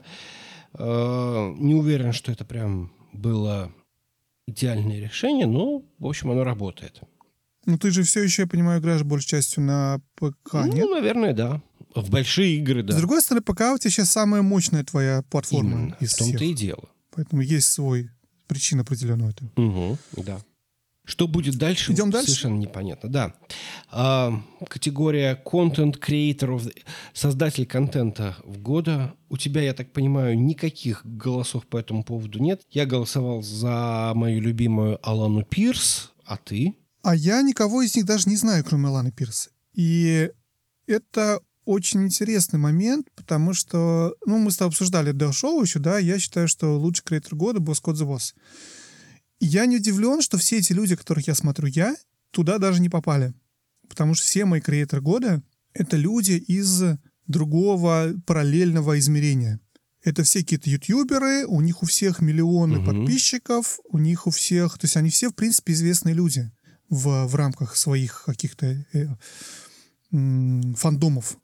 не уверен, что это прям было идеальное решение, но, в общем, оно работает. Ну, ты же все еще, я понимаю, играешь большей частью на ПК, нет? Ну, наверное, да. В большие игры, да. С другой стороны, ПК у тебя сейчас самая мощная твоя платформа. Именно, из в том-то всех. и дело. Поэтому есть свой причина определенная. Да. Что будет дальше? Идем дальше? Совершенно непонятно, да. Категория Content Creator, создатель контента в года. У тебя, я так понимаю, никаких голосов по этому поводу нет. Я голосовал за мою любимую Алану Пирс, а ты? А я никого из них даже не знаю, кроме Аланы Пирс. И это очень интересный момент, потому что, мы с тобой обсуждали до шоу еще, да, я считаю, что лучший креатор года был Скотт The Boss. Я не удивлен, что все эти люди, которых я смотрю, туда даже не попали. Потому что все мои креаторы года — это люди из другого параллельного измерения. Это все какие-то ютуберы, у них у всех миллионы подписчиков, у них у всех... То есть они все, в принципе, известные люди в рамках своих каких-то фандомов.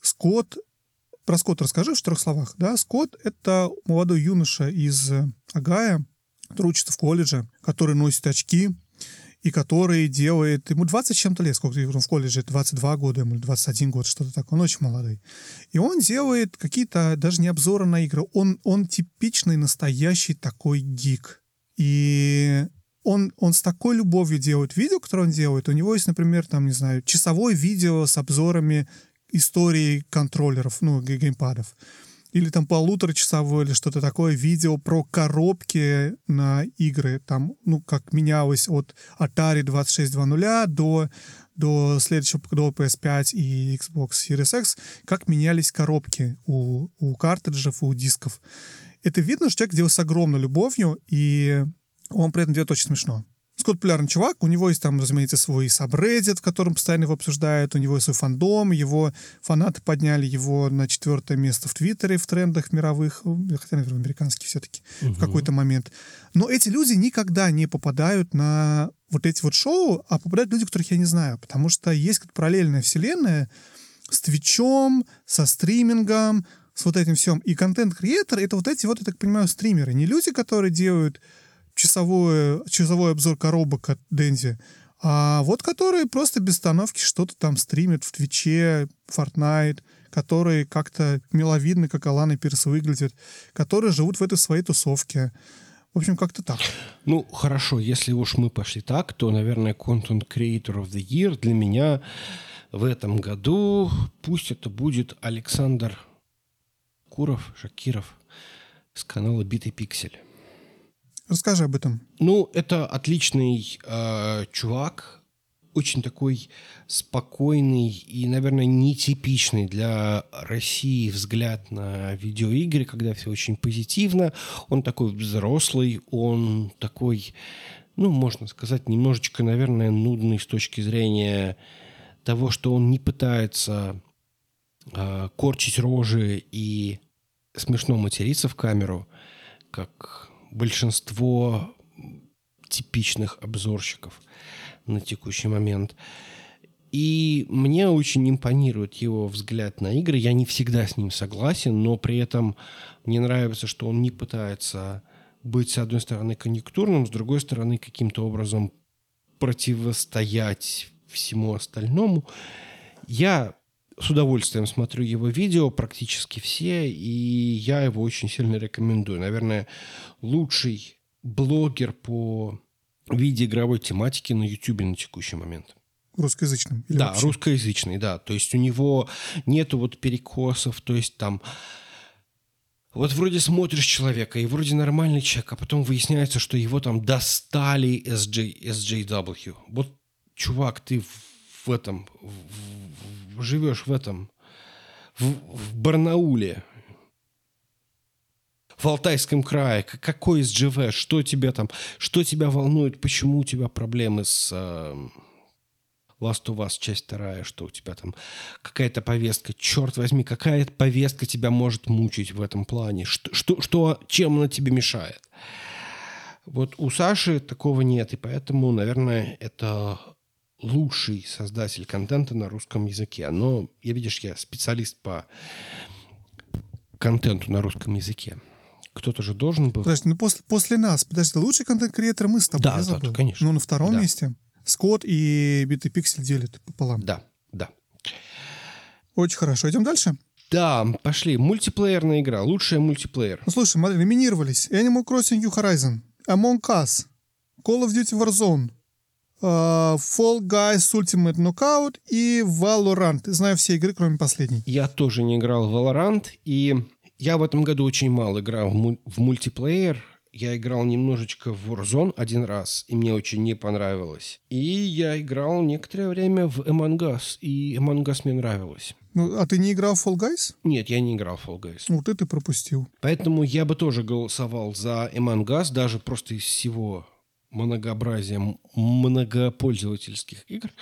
Про Скотта расскажи в 4 словах. Да? Скотт — это молодой юноша из Огайо, который учится в колледже, который носит очки и который делает... Ему 20 с чем-то лет, сколько ему в колледже, 22 года, ему 21 год, что-то такое. Он очень молодой. И он делает какие-то даже не обзоры на игры. Он типичный, настоящий такой гик. И он с такой любовью делает видео, которое он делает. У него есть, например, часовое видео с обзорами истории контроллеров, геймпадов. Или полуторачасовое или что-то такое видео про коробки на игры. Как менялось от Atari 2600 до следующего, до PS5 и Xbox Series X, как менялись коробки у картриджев, у дисков. Это видно, что человек делал с огромной любовью, и он при этом делает очень смешно. Скотт популярный чувак, у него есть разумеется, свой subreddit, в котором постоянно его обсуждают, у него есть свой фандом, его фанаты подняли его на 4 место в Твиттере, в трендах мировых, хотя, наверное, американских все-таки в какой-то момент. Но эти люди никогда не попадают на вот эти вот шоу, а попадают люди, которых я не знаю, потому что есть параллельная вселенная с Твичом, со стримингом, с вот этим всем. И контент-креатор — это вот эти вот, я так понимаю, стримеры. Не люди, которые делают часовой обзор коробок от Дензи, а вот которые просто без остановки что-то там стримят в Твиче, Fortnite, которые как-то миловидны, как Алан и Пирс выглядят, которые живут в этой своей тусовке. В общем, как-то так. Ну, хорошо, если уж мы пошли так, то, наверное, Content Creator of the Year для меня в этом году пусть это будет Александр Шакиров с канала Битый Пиксель. Расскажи об этом. Ну, это отличный чувак, очень такой спокойный и, наверное, нетипичный для России взгляд на видеоигры, когда все очень позитивно. Он такой взрослый, он такой, ну, можно сказать, немножечко, наверное, нудный с точки зрения того, что он не пытается корчить рожи и смешно материться в камеру, как большинство типичных обзорщиков на текущий момент. И мне очень импонирует его взгляд на игры. Я не всегда с ним согласен, но при этом мне нравится, что он не пытается быть, с одной стороны, конъюнктурным, с другой стороны, каким-то образом противостоять всему остальному. Я с удовольствием смотрю его видео, практически все, и я его очень сильно рекомендую. Наверное, лучший блогер по видеоигровой тематике на YouTube на текущий момент. Русскоязычным? Да, вообще? Русскоязычный, да. То есть у него нету вот перекосов, то есть там вот вроде смотришь человека, и вроде нормальный человек, а потом выясняется, что его там достали SJW. Вот, чувак, ты в этом, живешь в этом, в Барнауле, в Алтайском крае, какой SJW, что тебя там, что тебя волнует, почему у тебя проблемы с Last of Us, часть 2, что у тебя там какая-то повестка, черт возьми, какая повестка тебя может мучить в этом плане, чем она тебе мешает. Вот у Саши такого нет, и поэтому, наверное, это лучший создатель контента на русском языке. Но, я специалист по контенту на русском языке. Кто-то же должен был... Подожди, после нас. Подожди, лучший контент-креатор мы с тобой, я забыл. Да, конечно. Ну, на втором месте. Скотт и Битый Пиксель делят пополам. Да. Очень хорошо. Идем дальше? Да, пошли. Мультиплеерная игра. Лучшая мультиплеер. Ну, слушай, смотри, номинировались Animal Crossing New Horizon, Among Us, Call of Duty Warzone, Fall Guys Ultimate Knockout и Valorant. Знаю все игры, кроме последней. Я тоже не играл в Valorant, и я в этом году очень мало играл в мультиплеер. Я играл немножечко в Warzone один раз, и мне очень не понравилось. И я играл некоторое время в Among Us, и Among Us мне нравилось. Ну, а ты не играл в Fall Guys? Нет, я не играл в Fall Guys. Вот это ты пропустил. Поэтому я бы тоже голосовал за Among Us, даже просто из всего многообразия многопользовательских игр.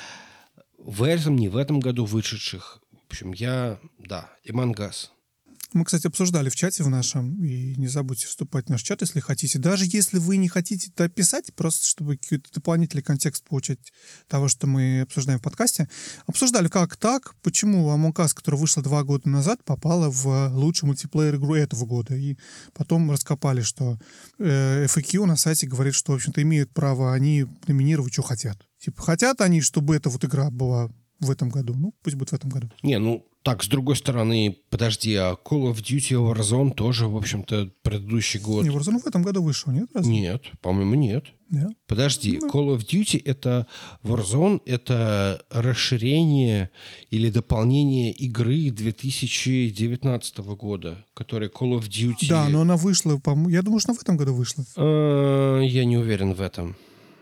Не в этом году вышедших. В общем, Among Us. Мы, кстати, обсуждали в чате в нашем, и не забудьте вступать в наш чат, если хотите. Даже если вы не хотите это писать, просто чтобы какой-то дополнительный контекст получать того, что мы обсуждаем в подкасте. Обсуждали, как так, почему Among Us, которая вышла 2 года назад, попала в лучший мультиплеер игру этого года. И потом раскопали, что FAQ на сайте говорит, что, в общем-то, имеют право они номинировать, что хотят. Типа, хотят они, чтобы эта вот игра была в этом году. Ну, пусть будет в этом году. Так, с другой стороны, подожди, а Call of Duty Warzone тоже, в общем-то, предыдущий год. Не, Warzone в этом году вышел, нет? Разве? Нет, по-моему, нет. Yeah. Подожди, Call of Duty Warzone это расширение или дополнение игры 2019 года, которая Call of Duty... Да, но она вышла, по-моему, я думаю, что она в этом году вышла. Я не уверен в этом.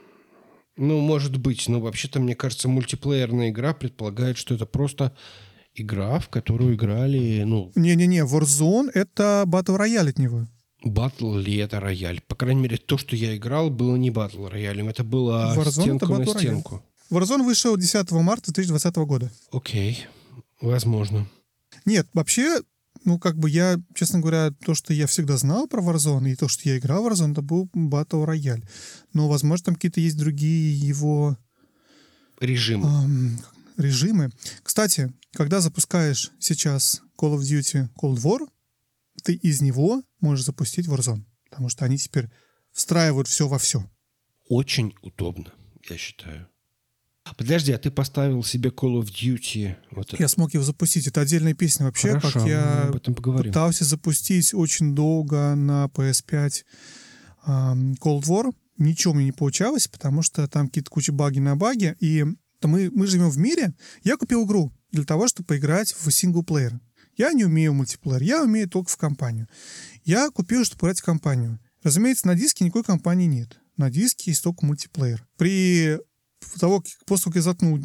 Может быть, но вообще-то, мне кажется, мультиплеерная игра предполагает, что это просто игра, в которую играли, Не-не-не, Warzone — это Battle Royale от него. Батл ли это рояль? По крайней мере, то, что я играл, было не батл роялем. Это было Warzone стенку это на стенку. Warzone вышел 10 марта 2020 года. Окей, возможно. Нет, вообще, я, честно говоря, то, что я всегда знал про Warzone, и то, что я играл в Warzone, это был Battle Royale. Но, возможно, там какие-то есть другие его... Режимы. Режимы. Кстати, когда запускаешь сейчас Call of Duty Cold War, ты из него можешь запустить Warzone. Потому что они теперь встраивают все во все. Очень удобно, я считаю. Подожди, а ты поставил себе Call of Duty? Вот Я смог его запустить. Это отдельная песня вообще. Хорошо, как мы я об этом поговорим. пытался запустить очень долго на PS5 Cold War. Ничего мне не получалось, потому что там какие-то куча баги на баги. И мы живем в мире. Я купил игру для того, чтобы поиграть в синглплеер. Я не умею в мультиплеер. Я умею только в компанию. Я купил, чтобы играть в компанию. Разумеется, на диске никакой компании нет. На диске есть только мультиплеер. После того, как я заткнул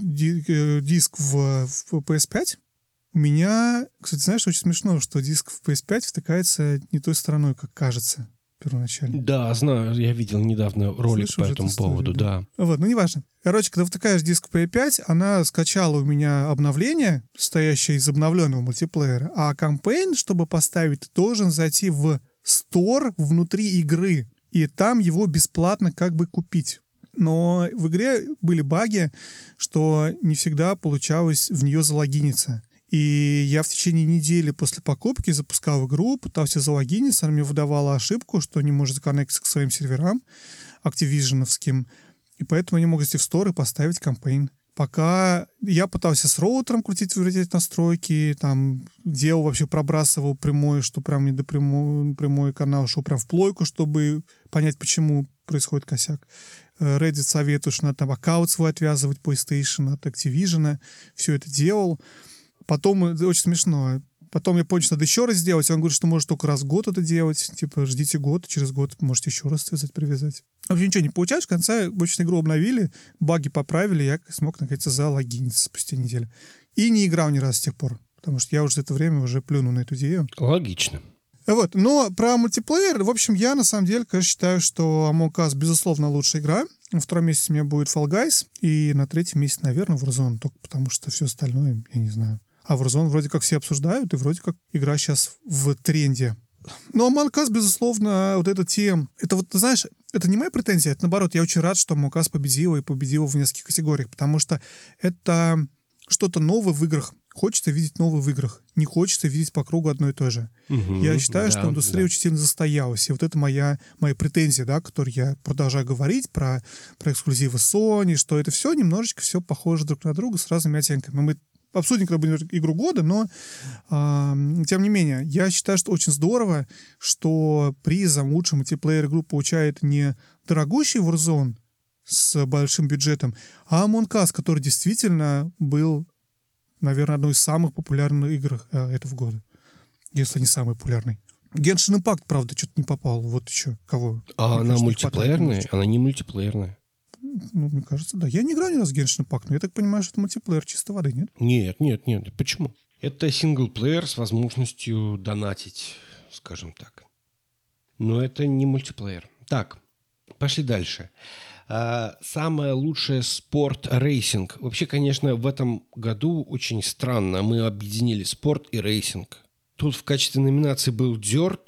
диск в PS5, у меня, кстати, знаешь, очень смешно, что диск в PS5 втыкается не той стороной, как кажется первоначально. Да, знаю, я видел недавно ролик Слышал по этому поводу, да. Вот, ну неважно. Короче, когда втыкаешь диск в PS5, она скачала у меня обновление, состоящее из обновленного мультиплеера, а кампейн, чтобы поставить, ты должен зайти в Store внутри игры, и там его бесплатно как бы купить. Но в игре были баги, что не всегда получалось в нее залогиниться. И я в течение недели после покупки запускал игру, пытался залогиниться, она мне выдавала ошибку, что не может законнектиться к своим серверам активиженовским, и поэтому я не мог зайти в Store и поставить кампейн. Пока я пытался с роутером крутить, вертеть настройки, там делал вообще, пробрасывал прямой, что прям не до прямой канал, шел прям в плойку, чтобы понять, почему происходит косяк. Reddit советует, что надо там аккаунт свой отвязывать PlayStation от Activision. Все это делал. Потом, это очень смешно, потом я понял, что надо еще раз сделать. Он говорит, что может только раз в год это делать. Типа, ждите год, через год можете еще раз связать, привязать. Вообще ничего не получается. В конце, в общем, игру обновили, баги поправили, я смог, наконец-то, залогиниться спустя неделю. И не играл ни разу с тех пор. Потому что я уже за это время уже плюнул на эту идею. Логично. Вот. Но про мультиплеер, в общем, я на самом деле, конечно, считаю, что Among Us, безусловно, лучшая игра. На втором месяце у меня будет Fall Guys. И на третьем месяце, наверное, Warzone. Только потому что все остальное, я не знаю. А Warzone вроде как все обсуждают, и вроде как игра сейчас в тренде. Но Among Us, безусловно, вот эта тема... Это вот, ты знаешь, это не моя претензия, это наоборот. Я очень рад, что Among Us победила, и победила в нескольких категориях, потому что это что-то новое в играх. Хочется видеть новое в играх. Не хочется видеть по кругу одно и то же. Я считаю, что индустрия очень сильно застоялась. И вот это моя претензия, да, которую я продолжаю говорить про эксклюзивы Sony, что это все немножечко все похоже друг на друга с разными оттенками. Мы обсудим, когда будет игру года, но тем не менее, я считаю, что очень здорово, что призом лучшей мультиплеер игру получает не дорогущий Warzone с большим бюджетом, а Among Us, который действительно был, наверное, одной из самых популярных игр этого года. Если не самый популярный. Genshin Impact, правда, что-то не попал. Вот еще. Кого? А она мультиплеерная? Она не мультиплеерная. Ну, мне кажется, да. Я не играл ни раз в Genshin Impact, но я так понимаю, что это мультиплеер чистой воды, нет? Нет. Почему? Это синглплеер с возможностью донатить, скажем так. Но это не мультиплеер. Так, пошли дальше. Самое лучшее спорт-рейсинг. Вообще, конечно, в этом году очень странно. Мы объединили спорт и рейсинг. Тут в качестве номинации был Dirt,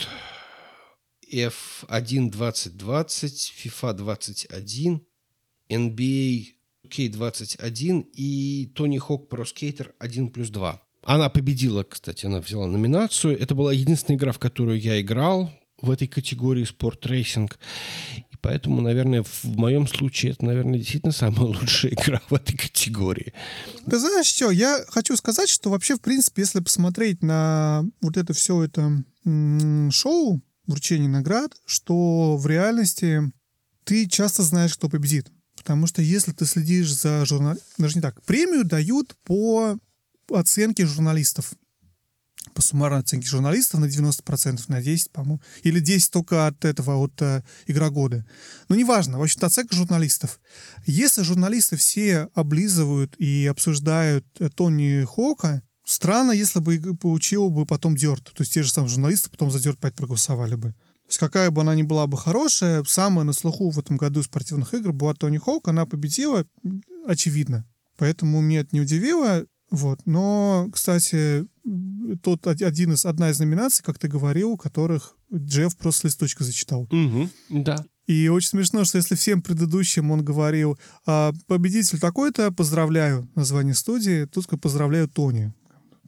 F1 2020, FIFA 21, NBA 2K21 и Tony Hawk Pro Skater 1+2. Она победила, кстати, она взяла номинацию. Это была единственная игра, в которую я играл в этой категории спорт-рейсинг. И поэтому, наверное, в моем случае это, наверное, действительно самая лучшая игра в этой категории. Ты знаешь что, я хочу сказать, что вообще, в принципе, если посмотреть на вот это все это шоу, вручение наград, что в реальности ты часто знаешь, кто победит. Потому что если ты следишь за даже не так, премию дают по оценке журналистов. По суммарной оценке журналистов на 90%, на 10%, по-моему. Или 10% только от игра года. Но неважно, в общем-то, оценка журналистов. Если журналисты все облизывают и обсуждают Тони Хоука, странно, если бы получил бы потом Dirt. То есть те же самые журналисты потом за Dirt 5 проголосовали бы. То есть какая бы она ни была бы хорошая, самая на слуху в этом году спортивных игр была Тони Хоук, она победила, очевидно. Поэтому меня это не удивило. Вот. Но, кстати, одна из номинаций, как ты говорил, у которых Джефф просто с листочка зачитал. Да. И очень смешно, что если всем предыдущим он говорил: победитель такой-то, поздравляю, название студии, тут поздравляю Тони.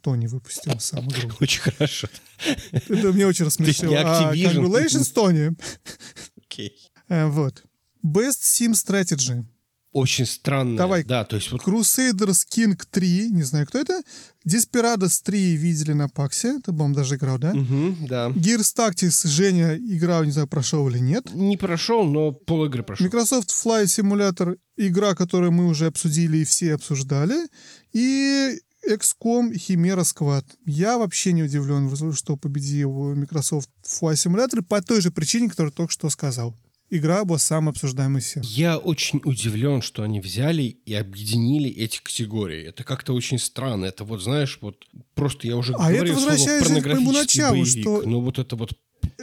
Tony выпустил сам игру. Очень хорошо. Это мне очень рассмешило. Activision. Congratulations, Tony. Окей. Вот. Best Sim Strategy. Очень странно. Давай. Да, то есть вот Crusaders King 3, не знаю, кто это. Desperados 3 видели на Паксе. Ты, по-моему, даже играл, да? да. Gears Tactics Женя играл, не знаю, прошел или нет. Не прошел, но полигры прошел. Microsoft Flight Simulator, игра, которую мы уже обсудили и все обсуждали. И XCOM Chimera Squad. Я вообще не удивлен, что победил Microsoft Flight Simulator по той же причине, которую только что сказал. Игра была самая обсуждаемая из всех. Я очень удивлен, что они взяли и объединили эти категории. Это как-то очень странно. Это вот, знаешь, вот просто я уже говорил это слово возвращаясь к моему порнографический началу, боевик. что... Ну вот это вот...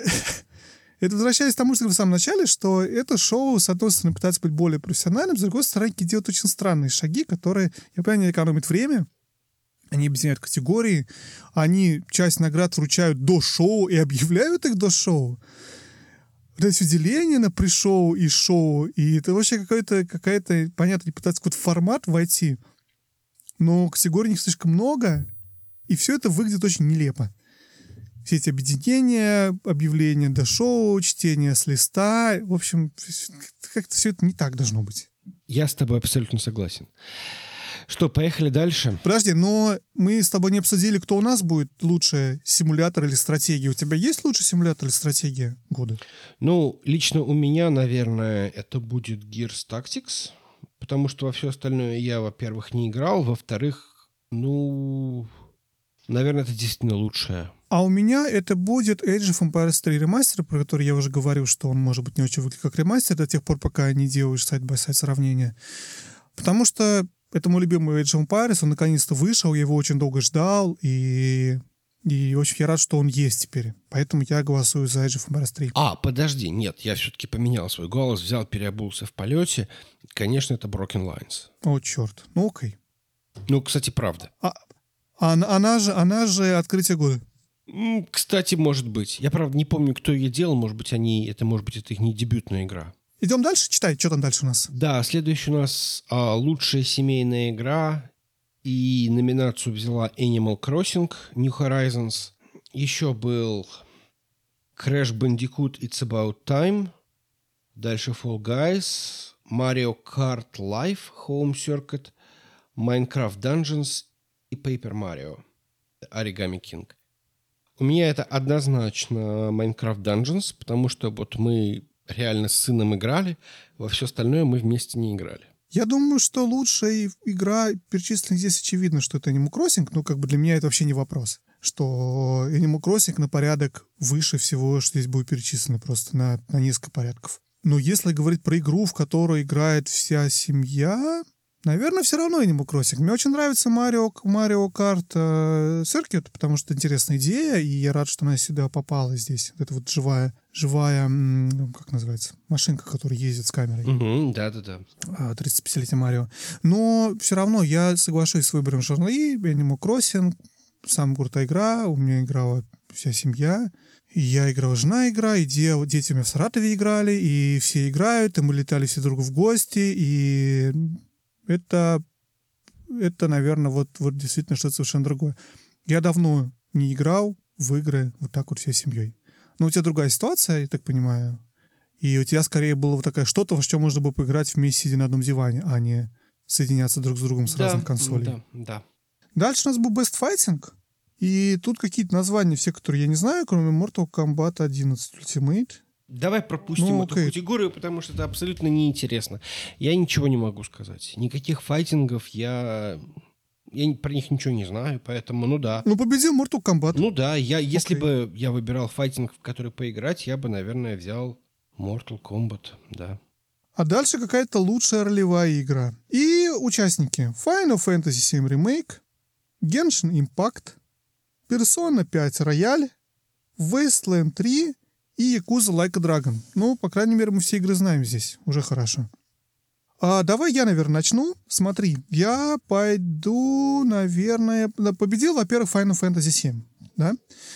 Это возвращаясь к тому, что я в самом начале, что это шоу, с одной стороны, пытается быть более профессиональным, с другой стороны, делают очень странные шаги, которые, я понимаю, они экономят время, они объединяют категории, они часть наград вручают до шоу и объявляют их до шоу. Разделение на пришоу и шоу, и это вообще какая-то, понятно, не пытаться какой-то формат войти, но категорий у них слишком много, и все это выглядит очень нелепо. Все эти объединения, объявления до шоу, чтение с листа, в общем, как-то все это не так должно быть. Я с тобой абсолютно согласен. Что, поехали дальше? Подожди, но мы с тобой не обсудили, кто у нас будет лучше, симулятор или стратегия. У тебя есть лучший симулятор или стратегия года? Ну, лично у меня, наверное, это будет Gears Tactics, потому что во все остальное я, во-первых, не играл, во-вторых, ну, наверное, это действительно лучшее. А у меня это будет Age of Empires 3 ремастер, про который я уже говорил, что он, может быть, не очень выглядит как ремастер до тех пор, пока не делаешь сайд-бай-сайд сравнения. Потому что это мой любимый Age of Empires, он наконец-то вышел, я его очень долго ждал, и очень я рад, что он есть теперь. Поэтому я голосую за Age of Empires 3. Подожди, нет, я все-таки поменял свой голос, взял, переобулся в полете. Конечно, это Broken Lines. О, черт. Ну, окей. Ну, кстати, правда. Она же открытие года. Кстати, может быть. Я, правда, не помню, кто ее делал. Может быть, это их не дебютная игра. Идем дальше? Читай, что там дальше у нас. Да, следующая у нас лучшая семейная игра. И номинацию взяла Animal Crossing New Horizons. Еще был Crash Bandicoot It's About Time. Дальше Fall Guys. Mario Kart Live Home Circuit. Minecraft Dungeons и Paper Mario. Origami King. У меня это однозначно Minecraft Dungeons, потому что вот мы реально с сыном играли, во все остальное мы вместе не играли. Я думаю, что лучшая игра перечислена здесь очевидно, что это Animal Crossing, но как бы для меня это вообще не вопрос. Что Animal Crossing на порядок выше всего, что здесь будет перечислено, просто на несколько порядков. Но если говорить про игру, в которой играет вся семья, наверное, все равно Animal Crossing. Мне очень нравится Mario Kart Circuit, потому что интересная идея, и я рад, что она сюда попала здесь. Это вот живая, как называется, машинка, которая ездит с камерой. Да-да-да. 35-летие Марио. Но все равно я соглашусь с выбором Шарли, Animal Crossing, самая крутая игра, у меня играла вся семья. И я играл, жена игра, и дети у меня в Саратове играли, и все играют, и мы летали все друг в гости, и это наверное, вот действительно что-то совершенно другое. Я давно не играл в игры вот так вот всей семьей. Но у тебя другая ситуация, я так понимаю. И у тебя скорее было вот такое что-то, во что можно было поиграть вместе, сидя на одном диване, а не соединяться друг с другом с разных консолей. Да. Дальше у нас был Best Fighting. И тут какие-то названия, все, которые я не знаю, кроме Mortal Kombat 11 Ultimate. Давай пропустим эту категорию, потому что это абсолютно неинтересно. Я ничего не могу сказать. Никаких файтингов я про них ничего не знаю, поэтому, ну да. Ну, победил Mortal Kombat. Ну да, если бы я выбирал файтинг, в который поиграть, я бы, наверное, взял Mortal Kombat, да. А дальше какая-то лучшая ролевая игра. И участники. Final Fantasy VII Remake, Genshin Impact, Persona 5 Royal, Wasteland 3 и Yakuza Like a Dragon. Ну, по крайней мере, мы все игры знаем здесь. Уже хорошо. Давай я, наверное, начну. Смотри, я пойду, наверное... Победил, во-первых, Final Fantasy 7. Да?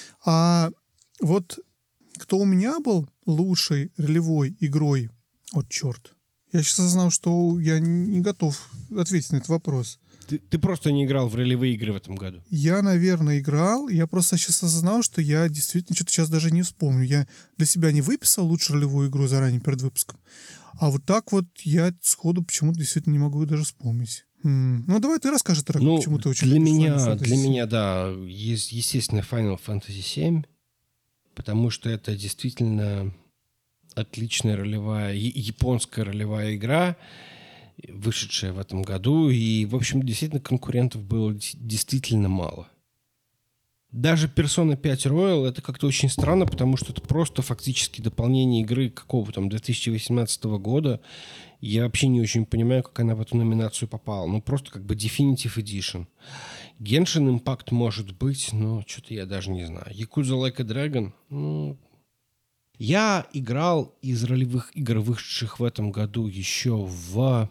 А вот кто у меня был лучшей ролевой игрой... Вот черт. Я сейчас осознал, что я не готов ответить на этот вопрос. Ты просто не играл в ролевые игры в этом году. Я, наверное, играл. Я просто сейчас осознал, что я действительно что-то сейчас даже не вспомню. Я для себя не выписал лучшую ролевую игру заранее перед выпуском. А вот так вот я сходу почему-то действительно не могу даже вспомнить. Ну, давай ты расскажи, почему ты очень для любишь меня, Final Fantasy для 7. меня, да, есть, естественно, Final Fantasy 7, потому что это действительно отличная ролевая, японская ролевая игра, вышедшая в этом году, и, в общем, действительно конкурентов было действительно мало. Даже Persona 5 Royal это как-то очень странно, потому что это просто фактически дополнение игры какого там 2018 года. Я вообще не очень понимаю, как она в эту номинацию попала. Ну, просто как бы Definitive Edition. Genshin Impact может быть, но что-то я даже не знаю. Yakuza Like a Dragon, ну... Я играл из ролевых игр, вышедших в этом году, еще в...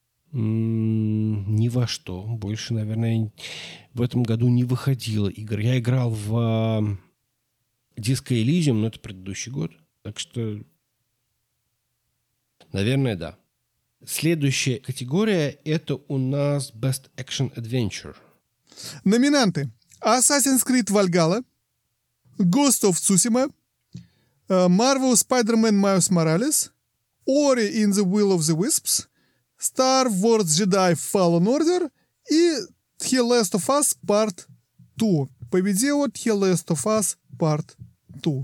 ни во что. Больше, наверное, в этом году не выходило игр. Я играл в Disco Elysium, но это предыдущий год. Так что, наверное, да. Следующая категория — это у нас Best Action Adventure. Номинанты: Assassin's Creed Valhalla, Ghost of Tsushima, Marvel Spider-Man Miles Morales, Ori in the Will of the Wisps, Star Wars Jedi Fallen Order и The Last of Us Part 2. Победила The Last of Us Part 2.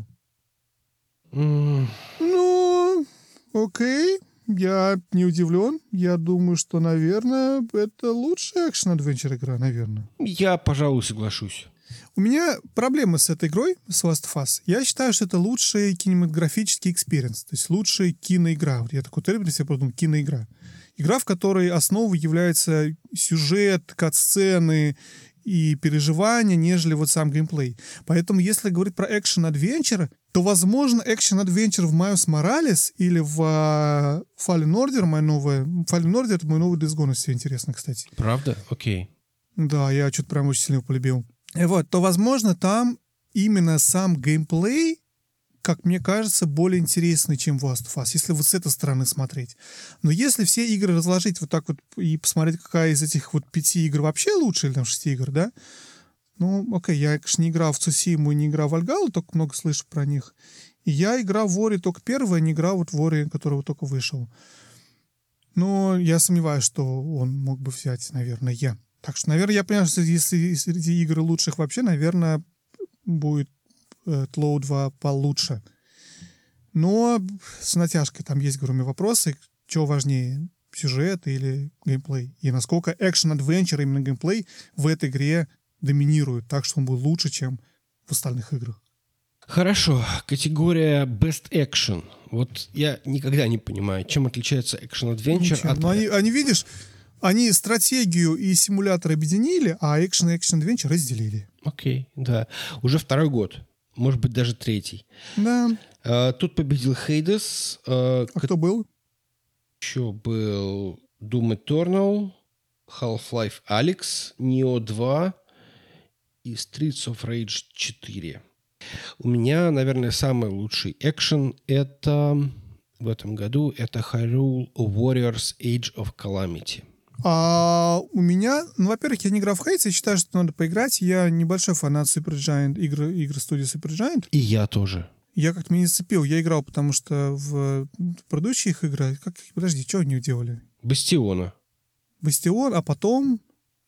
Ну, окей. Я не удивлен. Я думаю, что, наверное, это лучшая экшен-адвенчер игра, наверное. Я, пожалуй, соглашусь. У меня проблемы с этой игрой, с Last of Us. Я считаю, что это лучший кинематографический экспириенс, то есть лучшая киноигра. Вот я такой термин себе подумал, киноигра. Игра, в которой основой является сюжет, кат-сцены и переживания, нежели вот сам геймплей. Поэтому, если говорить про экшен-адвенчер, то, возможно, экшен-адвенчер в Miles Morales или в Fallen Order, Fallen Order — это мой новый Days Gone, если интересно, кстати. Правда? Окей. Да, я что-то прям очень сильно его полюбил. Вот, то, возможно, там именно сам геймплей, как мне кажется, более интересный, чем в Last of Us, если вот с этой стороны смотреть. Но если все игры разложить вот так вот и посмотреть, какая из этих вот 5 игр вообще лучше, или там 6 игр, да, ну, окей, я, конечно, не играл в Цусиму и не играл в Valhalla, только много слышу про них. И я играл в Ori только первый, не играл вот в Ori, который вот только вышел. Но я сомневаюсь, что он мог бы взять, наверное, я. Так что, наверное, я понимаю, что если среди игр лучших вообще, наверное, будет Тлоу 2 получше. Но с натяжкой там есть, говорю, у меня вопросы, что важнее, сюжет или геймплей. И насколько экшен-адвенчер, именно геймплей в этой игре доминирует, так что он был лучше, чем в остальных играх. Хорошо. Категория Best Action. Вот я никогда не понимаю, чем отличается экшен-адвенчер от... Но они, видишь, они стратегию и симулятор объединили, а экшен и экшен-адвенчер разделили. Окей, да. Уже второй год. Может быть, даже третий. Да. Тут победил Hades. Кто был? Еще был Doom Eternal, Half-Life Alyx, Neo 2 и Streets of Rage 4. У меня, наверное, самый лучший экшен это в этом году это Hyrule Warriors Age of Calamity. У меня, ну, во-первых, я не играл в Hades, я считаю, что надо поиграть. Я небольшой фанат Supergiant, игры студии Supergiant. И я тоже. Я как-то меня не зацепил. Я играл, потому что в предыдущих играх... Подожди, что они делали? Бастиона. Бастион, а потом...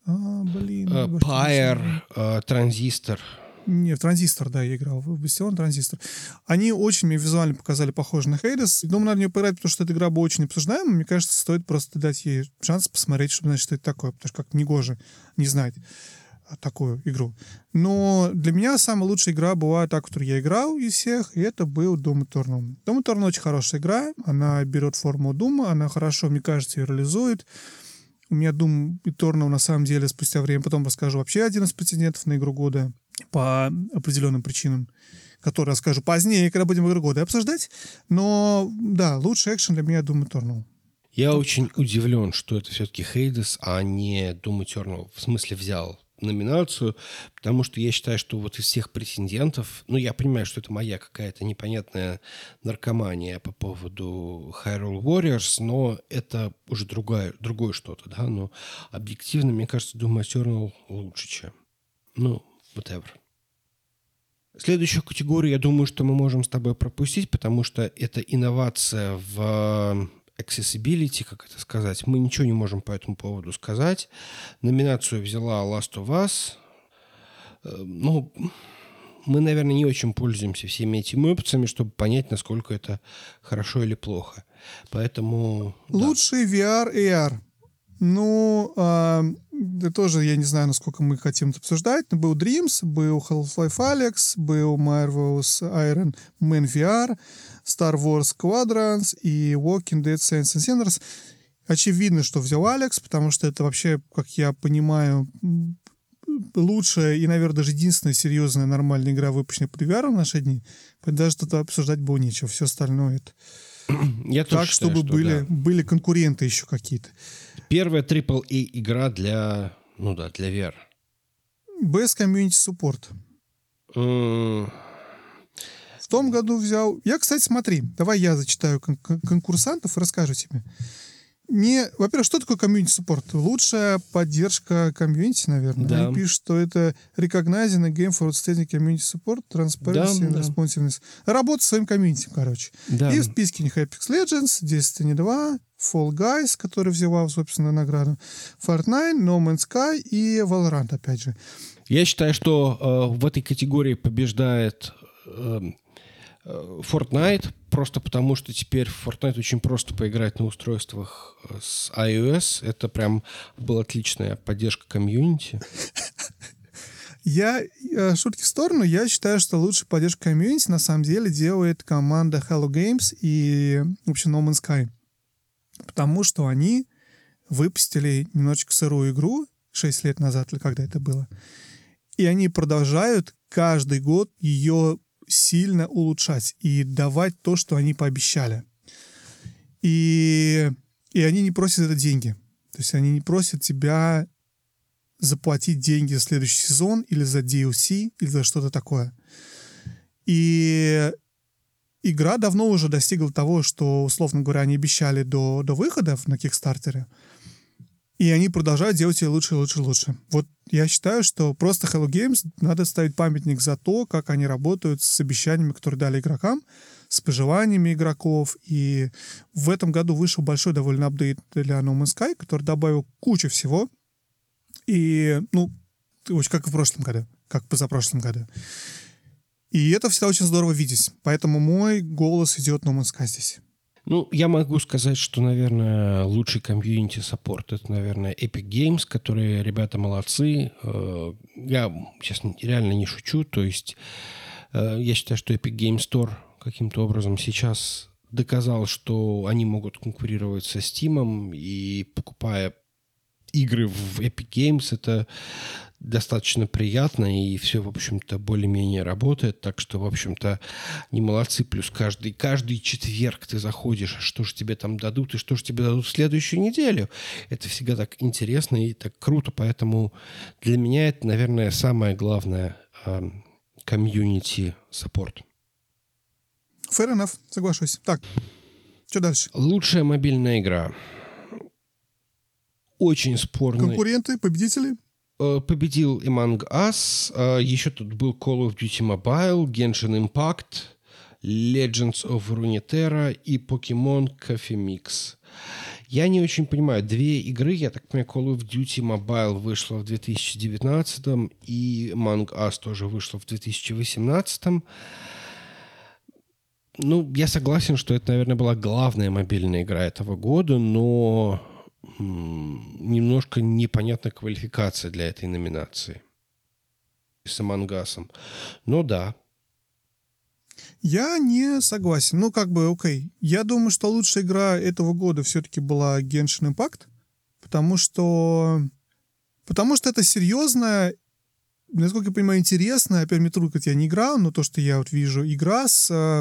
Pyre, Транзистор. Не, в Транзистор, да, я играл. В Бастион, Транзистор. Они очень мне визуально показали похоже на Hades. Думаю, надо в нее поиграть, потому что эта игра была очень обсуждаема. Мне кажется, стоит просто дать ей шанс посмотреть, чтобы знать, что это такое. Потому что как негоже не знать такую игру. Но для меня самая лучшая игра была та, которую я играл из всех, и это был Doom Eternal. Doom Eternal очень хорошая игра. Она берет форму Doom, она хорошо, мне кажется, ее реализует. У меня Doom Eternal, на самом деле, спустя время, потом расскажу, вообще один из претендентов на игру года по определенным причинам, которые расскажу позднее, когда будем игру года обсуждать. Но, да, лучший экшен для меня Doom Eternal. Я очень удивлен, что это все-таки Hades, а не Doom Eternal. В смысле взял номинацию, потому что я считаю, что вот из всех претендентов, ну, я понимаю, что это моя какая-то непонятная наркомания по поводу Hyrule Warriors, но это уже другое что-то, да, но объективно, мне кажется, Doom Eternal лучше, чем, ну, whatever. Следующую категорию, я думаю, что мы можем с тобой пропустить, потому что это инновация в accessibility, как это сказать. Мы ничего не можем по этому поводу сказать. Номинацию взяла Last of Us. Ну, мы, наверное, не очень пользуемся всеми этими опциями, чтобы понять, насколько это хорошо или плохо. Поэтому... Лучший VR и AR. Ну, это тоже, я не знаю, насколько мы хотим это обсуждать, но был Dreams, был Half-Life Alyx, был Marvel's Iron Man VR, Star Wars Squadrons и Walking Dead Saints and Sinners. Очевидно, что взял Alyx, потому что это вообще, как я понимаю, лучшая и, наверное, даже единственная серьезная нормальная игра, выпущенная под VR в наши дни. Даже тут обсуждать было нечего. Все остальное это... Я тоже так, считаю, чтобы что были конкуренты еще какие-то. Первая AAA игра для VR. Best Community Support. В том году взял... Я, кстати, смотри, давай я зачитаю конкурсантов и расскажу тебе. Во-первых, что такое комьюнити суппорт? Лучшая поддержка комьюнити, наверное. Да. Они пишут, что это recognizing a game for outstanding community support, transparency and responsiveness. Работа со своим комьюнити, короче. Да. И в списке у них Apex Legends, Destiny 2, Fall Guys, который взяла, собственно, награду, Fortnite, No Man's Sky и Valorant, опять же. Я считаю, что в этой категории побеждает Fortnite, просто потому что теперь в Fortnite очень просто поиграть на устройствах с iOS. Это прям была отличная поддержка комьюнити. Шутки в сторону, я считаю, что лучшая поддержка комьюнити на самом деле делает команда Hello Games и, в общем, No Man's Sky. Потому что они выпустили немножечко сырую игру 6 лет назад, или когда это было. И они продолжают каждый год ее сильно улучшать и давать то, что они пообещали. И они не просят это деньги. То есть они не просят тебя заплатить деньги за следующий сезон или за DLC, или за что-то такое. И игра давно уже достигла того, что, условно говоря, они обещали до выхода на Кикстартере. И они продолжают делать ее лучше, лучше, лучше. Вот я считаю, что просто Hello Games надо ставить памятник за то, как они работают с обещаниями, которые дали игрокам, с пожеланиями игроков. И в этом году вышел большой довольно апдейт для No Man's Sky, который добавил кучу всего. И, как и в прошлом году, как в позапрошлом году. И это всегда очень здорово видеть. Поэтому мой голос идет No Man's Sky здесь. Я могу сказать, что, наверное, лучший комьюнити-саппорт — это, наверное, Epic Games, которые ребята молодцы. Я сейчас реально не шучу. То есть я считаю, что Epic Games Store каким-то образом сейчас доказал, что они могут конкурировать со Steam, и покупая игры в Epic Games, это достаточно приятно, и все, в общем-то, более-менее работает. Так что, в общем-то, они молодцы. Плюс каждый четверг ты заходишь, что же тебе там дадут, и что же тебе дадут в следующую неделю. Это всегда так интересно и так круто. Поэтому для меня это, наверное, самое главное комьюнити-саппорт. Fair enough, соглашусь. Так, что дальше? Лучшая мобильная игра. Очень спорный. Конкуренты, победители? Победил Among Us. Еще тут был Call of Duty Mobile, Genshin Impact, Legends of Runeterra и Pokemon Coffee Mix. Я не очень понимаю. Две игры, я так понимаю, Call of Duty Mobile вышла в 2019, и Among Us тоже вышла в 2018. Я согласен, что это, наверное, была главная мобильная игра этого года, но немножко непонятна квалификация для этой номинации с Among Us. Но да. Я не согласен. Окей. Я думаю, что лучшая игра этого года все-таки была Genshin Impact, потому что это серьезная, насколько я понимаю, интересная, опять мне трудно, я не играл, но то, что я вот вижу, игра, с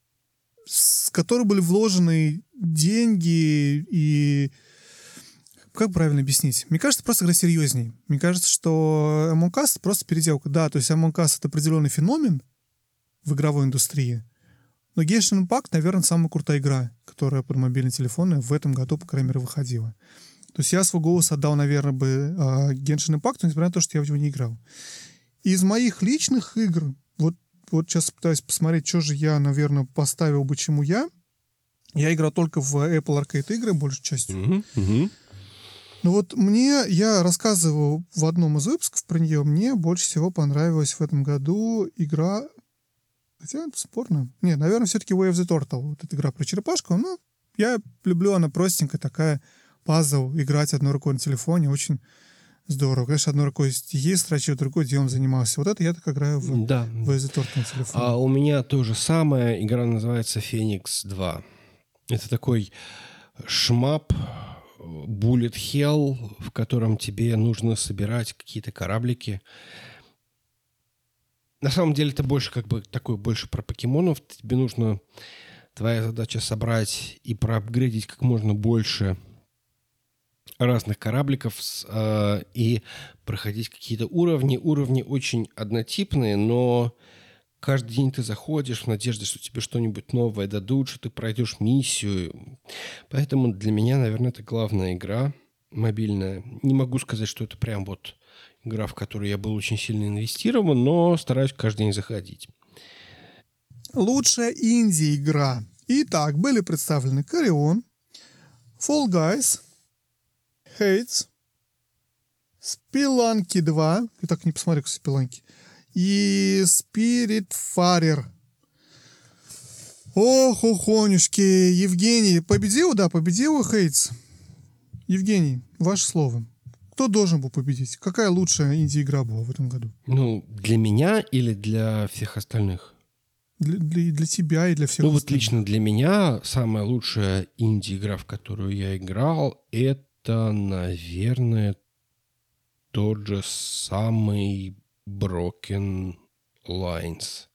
которой были вложены деньги и как правильно объяснить? Мне кажется, просто игра серьезней. Мне кажется, что Among Us просто переделка. Да, то есть Among Us — это определенный феномен в игровой индустрии. Но Genshin Impact, наверное, самая крутая игра, которая под мобильные телефоны в этом году, по крайней мере, выходила. То есть я свой голос отдал, наверное, бы Genshin Impact, несмотря на то, что я в него не играл. Из моих личных игр, вот сейчас пытаюсь посмотреть, что же я, наверное, поставил бы, чему я. Я играл только в Apple Arcade игры, большей частью. Но вот я рассказывал в одном из выпусков про нее, мне больше всего понравилась в этом году игра... Хотя это спорно. Нет, наверное, все-таки Way of the Turtle. Вот эта игра про черепашку. Ну, я люблю, она простенькая, такая пазл. Играть одной рукой на телефоне очень здорово. Конечно, одной рукой стихи строчил, другой делом занимался. Вот это я так играю в Way of the Turtle на телефоне. А у меня то же самое. Игра называется Phoenix 2. Это такой шмап, bullet hell, в котором тебе нужно собирать какие-то кораблики. На самом деле это больше больше про покемонов. Тебе нужно... Твоя задача собрать и проапгрейдить как можно больше разных корабликов и проходить какие-то уровни. Уровни очень однотипные, но каждый день ты заходишь в надежде, что тебе что-нибудь новое дадут, что ты пройдешь миссию. Поэтому для меня, наверное, это главная игра мобильная. Не могу сказать, что это прям вот игра, в которую я был очень сильно инвестирован, но стараюсь каждый день заходить. Лучшая инди-игра. Итак, были представлены Carrion, Fall Guys, Hades, Spelunky 2. Я так не посмотрю, как Spelunky. И Spiritfarer. Ох, охонюшки. Евгений, победил? Да, победил Hades. Евгений, ваше слово. Кто должен был победить? Какая лучшая инди-игра была в этом году? Ну, для меня или для всех остальных? Для тебя и для всех остальных. Вот лично для меня самая лучшая инди-игра, в которую я играл, это, наверное, тот же самый Broken Lines.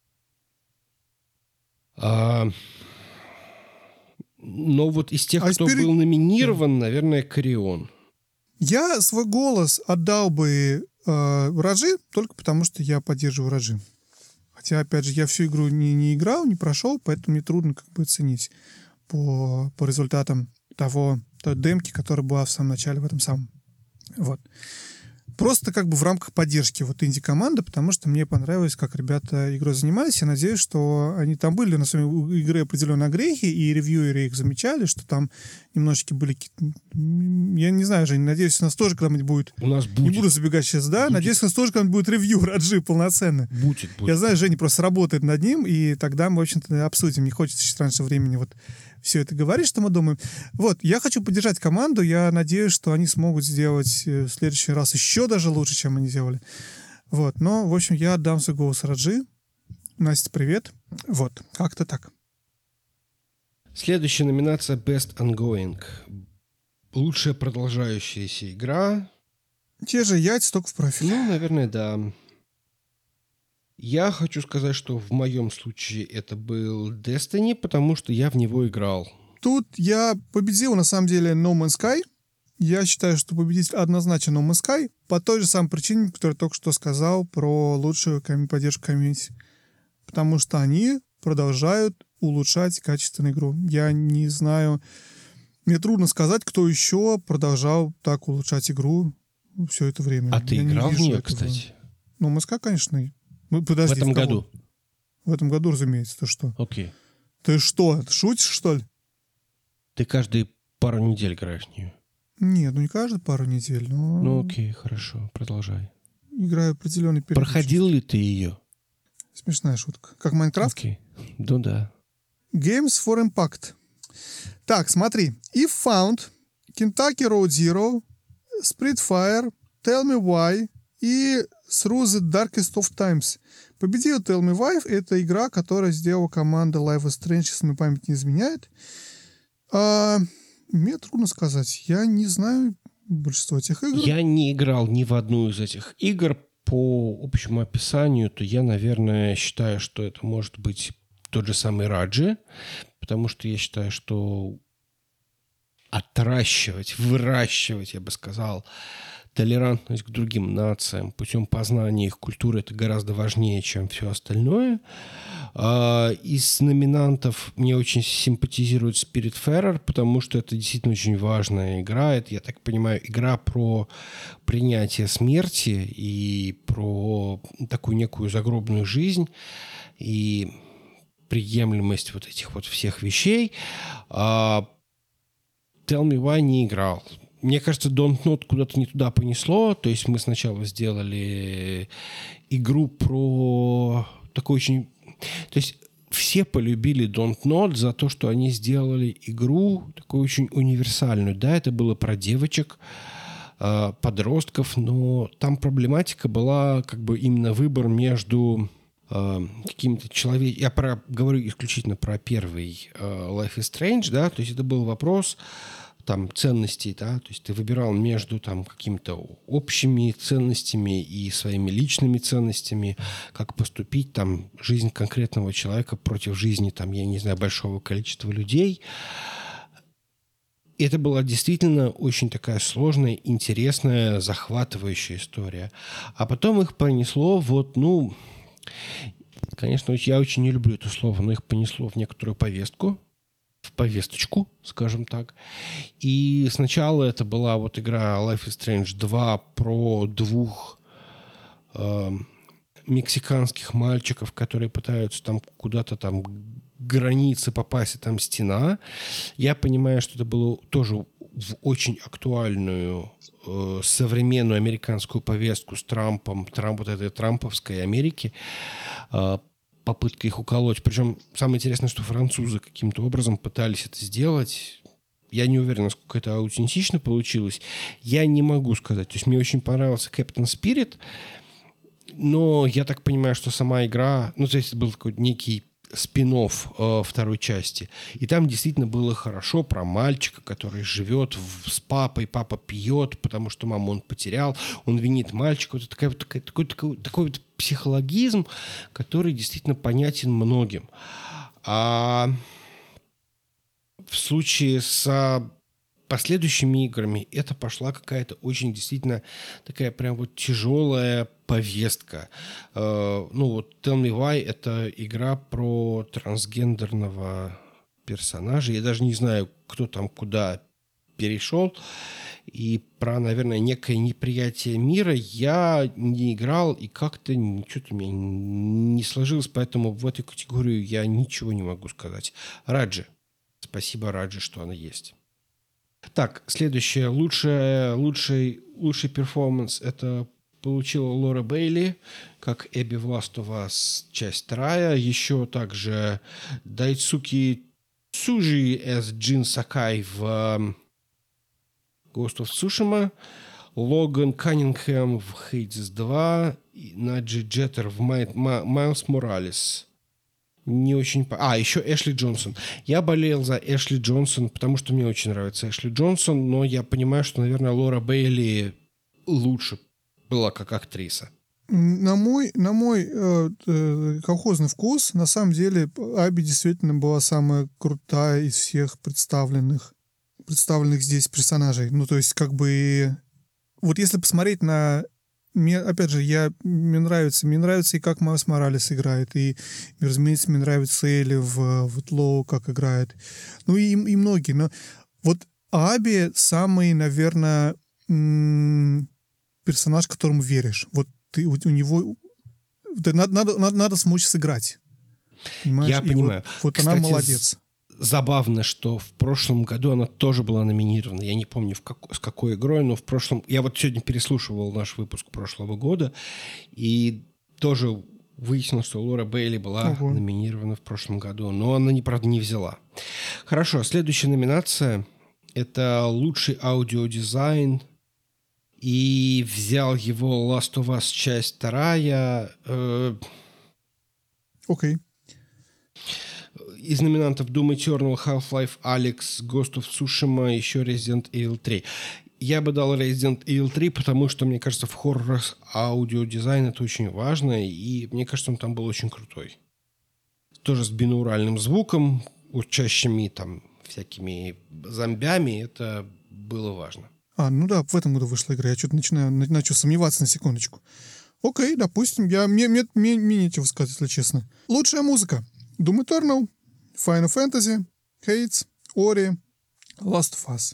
Но вот из тех, кто был номинирован, наверное, Carrion. Я свой голос отдал бы Раджи, только потому что я поддерживаю Раджи. Хотя, опять же, я всю игру не играл, не прошел, поэтому мне трудно оценить по результатам той демки, которая была в самом начале, в этом самом. Вот. Просто в рамках поддержки инди-команды, потому что мне понравилось, как ребята игрой занимались. Я надеюсь, что они там были на своей игре определенные огрехи, и ревьюеры их замечали, что там немножечко были какие-то... Я не знаю, Жень, надеюсь, у нас тоже когда-нибудь будет... У нас будет. Не буду забегать сейчас, да? Будет. Надеюсь, у нас тоже когда-нибудь будет ревью Раджи полноценный. Будет. Я знаю, Женя просто работает над ним, и тогда мы, в общем-то, обсудим. Не хочется чуть раньше времени все это говорить, что мы думаем. Я хочу поддержать команду. Я надеюсь, что они смогут сделать в следующий раз еще даже лучше, чем они делали. Но, в общем, я отдам свой голос Раджи. Настя, привет. Как-то так. Следующая номинация Best Ongoing. Лучшая продолжающаяся игра. Те же яйца, только в профиль. Ну, наверное, да. Я хочу сказать, что в моем случае это был Destiny, потому что я в него играл. Тут я победил, на самом деле, No Man's Sky. Я считаю, что победитель однозначно No Man's Sky по той же самой причине, которую я только что сказал про лучшую поддержку комьюнити. Потому что они продолжают улучшать качественную игру. Я не знаю... Мне трудно сказать, кто еще продолжал так улучшать игру все это время. А ты играл в нее, кстати? No Man's Sky, конечно. Подожди, в этом году? В этом году, разумеется. Ты что? Окей. Ты что, шутишь, что ли? Ты каждые пару недель играешь в нее? Нет, не каждые пару недель, но... Ну окей, хорошо, продолжай. Играю определенный период. Проходил ли ты ее? Смешная шутка. Как Майнкрафт? Окей, ну да. Games for Impact. Так, смотри. If Found, Kentucky Road Zero, Spritfire, Tell Me Why и Through the Darkest of Times. Победил Tell Me Why. Это игра, которую сделала команда Life is Strange, если мне память не изменяет. Мне трудно сказать. Я не знаю большинство этих игр. Я не играл ни в одну из этих игр. По общему описанию, то я, наверное, считаю, что это может быть тот же самый Раджи, потому что я считаю, что от отращивать, выращивать, я бы сказал, толерантность к другим нациям путем познания их культуры, это гораздо важнее, чем все остальное. Из номинантов мне очень симпатизирует Spiritfarer, потому что это действительно очень важная игра. Это, я так понимаю, игра про принятие смерти и про такую некую загробную жизнь и приемлемость вот этих вот всех вещей. Tell Me Why не играл. Мне кажется, Don't Not куда-то не туда понесло. То есть мы сначала сделали игру про такой очень... То есть все полюбили Don't Not за то, что они сделали игру такую очень универсальную. Да, это было про девочек, подростков, но там проблематика была как бы именно выбор между какими-то человеками... Я говорю исключительно про первый Life is Strange, да, то есть это был вопрос там ценностей, да, то есть ты выбирал между там какими-то общими ценностями и своими личными ценностями, как поступить, там, жизнь конкретного человека против жизни, там, я не знаю, большого количества людей. И это была действительно очень такая сложная, интересная, захватывающая история. А потом их понесло вот, ну, конечно, я очень не люблю это слово, но их понесло в некоторую повестку, в повесточку, скажем так. И сначала это была вот игра Life is Strange 2 про двух мексиканских мальчиков, которые пытаются там куда-то там границы попасть, и там стена. Я понимаю, что это было тоже в очень актуальную современную американскую повестку с Трампом, вот этой трамповской Америки, попытка их уколоть. Причем самое интересное, что французы каким-то образом пытались это сделать. Я не уверен, насколько это аутентично получилось. Я не могу сказать. То есть мне очень понравился Captain Spirit, но я так понимаю, что сама игра... Ну, то есть это был такой некий спин-офф второй части. И там действительно было хорошо про мальчика, который живет с папой. Папа пьет, потому что маму он потерял. Он винит мальчика. Это такой вот психологизм, который действительно понятен многим. А в случае с последующими играми это пошла какая-то очень действительно такая прям вот тяжелая повестка. Ну вот Tell Me Why — это игра про трансгендерного персонажа. Я даже не знаю, кто там куда перешел. И про, наверное, некое неприятие мира я не играл, и как-то что-то у меня не сложилось, поэтому в эту категорию я ничего не могу сказать. Раджи. Спасибо, Раджи, что она есть. Так, следующее. Лучший перформанс это получила Лора Бейли, как Эбби в Last of Us, часть 2. Еще также Дайцуки Цужи as Джин Сакай в Ghost of Tsushima, Логан Каннингхэм в Hades 2, Наджи Джеттер в Майлз Моралес. Не очень... еще Эшли Джонсон. Я болел за Эшли Джонсон, потому что мне очень нравится Эшли Джонсон, но я понимаю, что, наверное, Лора Бейли лучше была как актриса. На мой колхозный вкус, на самом деле, Аби действительно была самая крутая из всех представленных здесь персонажей. Ну, то есть, как бы... Вот если посмотреть на... опять же, мне нравится и как Майлз Моралес играет, и, разумеется, мне нравится Элли в Лоу, как играет. Ну, и многие. Но вот Аби самый, наверное, персонаж, которому веришь. Вот ты у него... Надо смочь сыграть. Понимаешь? Я понимаю. Вот кстати, она молодец. Забавно, что в прошлом году она тоже была номинирована. Я не помню, с какой игрой, но в прошлом... Я вот сегодня переслушивал наш выпуск прошлого года, и тоже выяснилось, что Лора Бейли была номинирована в прошлом году, но она, правда, не взяла. Хорошо, следующая номинация – это лучший аудиодизайн, и взял его Last of Us часть 2. Окей. Из номинантов Doom Eternal, Half-Life Alyx, Ghost of Tsushima, еще Resident Evil 3. Я бы дал Resident Evil 3, потому что, мне кажется, в хоррорах аудиодизайн это очень важно, и мне кажется, он там был очень крутой. Тоже с бинауральным звуком, учащими там всякими зомбями, это было важно. Ну да, в этом году вышла игра. Я что-то начал сомневаться на секундочку. Окей, допустим, мне нечего сказать, если честно. Лучшая музыка. Doom Eternal, Final Fantasy, Hades, Ori, Last of Us.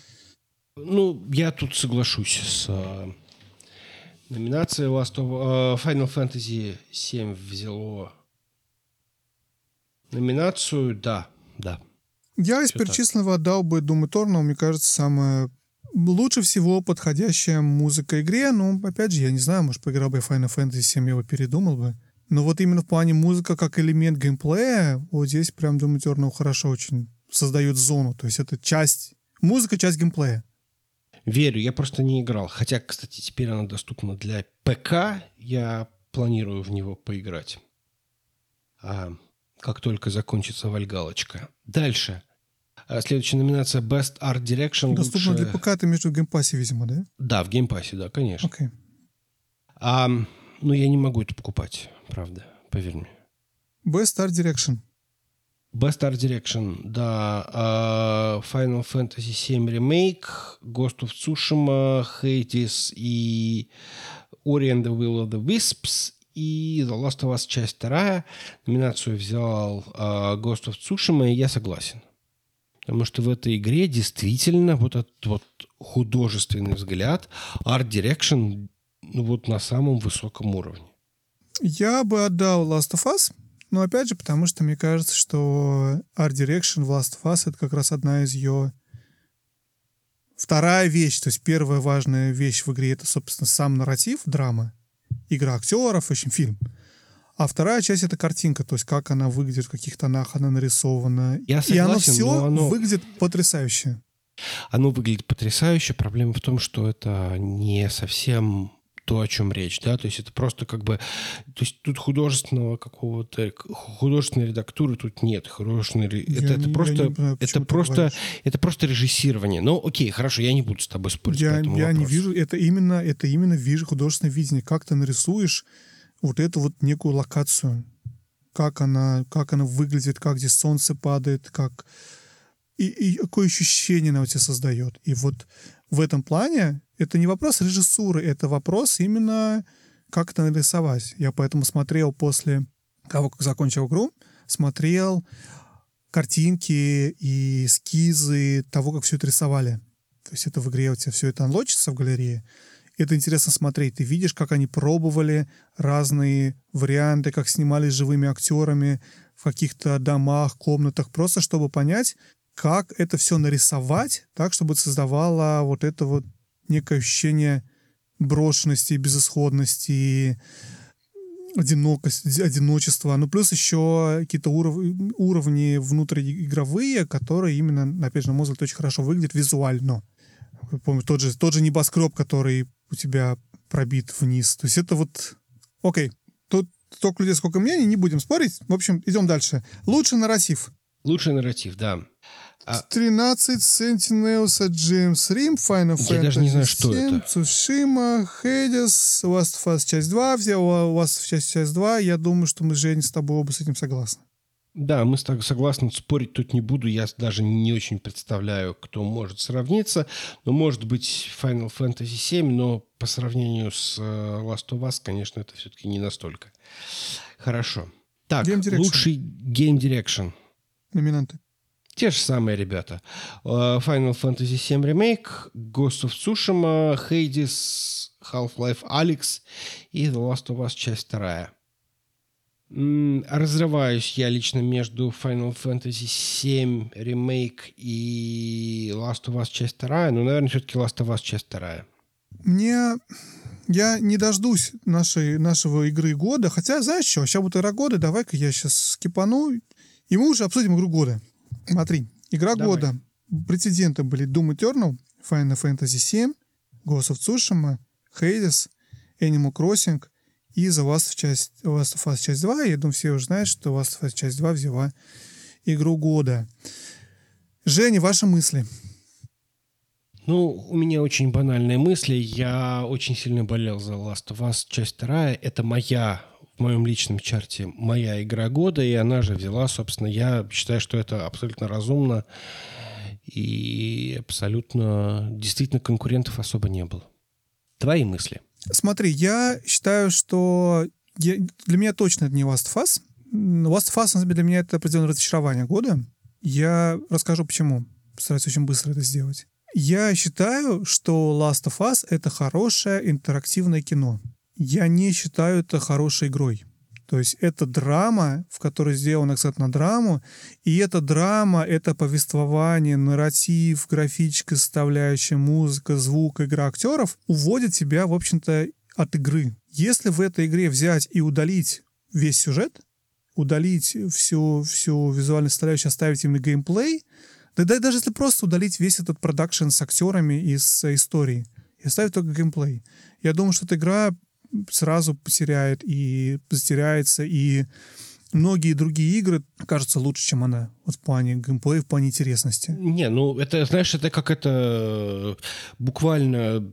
Я тут соглашусь с номинацией Final Fantasy 7 взяло номинацию, да. Я из перечисленного отдал бы Doom Eternal, мне кажется, самая лучше всего подходящая музыка игре. Опять же, я не знаю, может, поиграл бы я в Final Fantasy 7, я его передумал бы. Но вот именно в плане музыка как элемент геймплея, вот здесь прям Doom Eternal хорошо очень создает зону. То есть это музыка, часть геймплея. Верю, я просто не играл. Хотя, кстати, теперь она доступна для ПК. Я планирую в него поиграть. Как только закончится вальгалочка. Дальше. Следующая номинация Best Art Direction. Доступна для ПК, ты между в геймпассе, видимо, да? Да, в геймпассе, да, конечно. Окей. Я не могу это покупать, правда, поверь мне. Best Art Direction. Best Art Direction, да. Final Fantasy 7 Remake, Ghost of Tsushima, Hades и Ori and the Will of the Wisps и The Last of Us часть 2. Номинацию взял Ghost of Tsushima, и я согласен. Потому что в этой игре действительно вот этот вот художественный взгляд, Art Direction на самом высоком уровне. Я бы отдал Last of Us, но опять же, потому что мне кажется, что Art Direction в Last of Us — это как раз одна из ее... Вторая вещь, то есть первая важная вещь в игре — это, собственно, сам нарратив, драма, игра актеров, в общем, фильм. А вторая часть — это картинка, то есть как она выглядит, в каких тонах она нарисована. Я согласен, и оно все выглядит потрясающе. Оно выглядит потрясающе. Проблема в том, что это не совсем то, о чем речь, да, то есть это просто То есть тут художественной редактуры тут нет. Это просто режиссирование. Окей, хорошо, я не буду с тобой спорить по этому вопросу. Я не вижу, это именно вижу художественное видение. Как ты нарисуешь вот эту вот некую локацию, как она выглядит, как здесь солнце падает, и какое ощущение она у тебя создает. И вот в этом плане это не вопрос режиссуры, это вопрос именно как это нарисовать. Я поэтому смотрел после того, как закончил игру, смотрел картинки и эскизы того, как все это рисовали. То есть это в игре у тебя все это анлочится в галерее. Это интересно смотреть. Ты видишь, как они пробовали разные варианты, как снимали с живыми актерами в каких-то домах, комнатах, просто чтобы понять, как это все нарисовать так, чтобы создавало вот это вот некое ощущение брошенности, безысходности, одиночества. Плюс еще какие-то уровни внутриигровые, которые именно, опять же, на мой взгляд, очень хорошо выглядят визуально. Помню, тот же небоскреб, который у тебя пробит вниз. То есть это вот... Окей, тут столько людей, сколько мнений, не будем спорить. В общем, идем дальше. Лучший нарратив. Лучший нарратив, да. 13 Sentinels от James Rim, Final Fantasy 7, я даже не знаю, что это. Tsushima, Hades, Last of Us часть 2. Взял у вас часть 2. Я думаю, что мы с Женей с тобой оба с этим согласны. Да, мы согласны, спорить тут не буду. Я даже не очень представляю, кто может сравниться. Может быть, Final Fantasy 7, но по сравнению с Last of Us, конечно, это все-таки не настолько. Хорошо. Так, лучший Game Direction. Номинанты. Те же самые ребята. Final Fantasy 7 Remake, Ghost of Tsushima, Hades, Half-Life Alyx и The Last of Us часть 2. Разрываюсь я лично между Final Fantasy 7 Remake и Last of Us часть 2. Наверное, все-таки Last of Us часть 2. Я не дождусь нашего игры года. Хотя, знаешь что, сейчас будет игра года. Давай-ка я сейчас скипану, и мы уже обсудим игру года. Смотри, игра года. Претенденты были Doom Eternal, Final Fantasy 7, Ghost of Tsushima, Hades, Animal Crossing и The Last of Us часть 2. Я думаю, все уже знают, что Last of Us часть 2 взяла игру года. Женя, ваши мысли? У меня очень банальные мысли. Я очень сильно болел за Last of Us часть 2. Это в моем личном чарте моя игра года, и она же взяла, собственно, я считаю, что это абсолютно разумно, и абсолютно, действительно, конкурентов особо не было. Твои мысли? Смотри, я считаю, что для меня точно это не Last of Us. Last of Us, на самом деле, для меня это определенное разочарование года. Я расскажу, почему. Постараюсь очень быстро это сделать. Я считаю, что Last of Us — это хорошее интерактивное кино. Я не считаю это хорошей игрой. То есть это драма, в которой сделан акцент на драму, и эта драма, это повествование, нарратив, графическая составляющая, музыка, звук, игра актеров уводит тебя, в общем-то, от игры. Если в этой игре взять и удалить весь сюжет, удалить всю визуальную составляющую, оставить именно геймплей, да даже если просто удалить весь этот продакшн с актерами и с историей, и оставить только геймплей, я думаю, что эта игра сразу потеряет и затеряется, и многие другие игры кажутся лучше, чем она. Вот в плане геймплея, в плане интересности. Не, ну это, знаешь, это как это буквально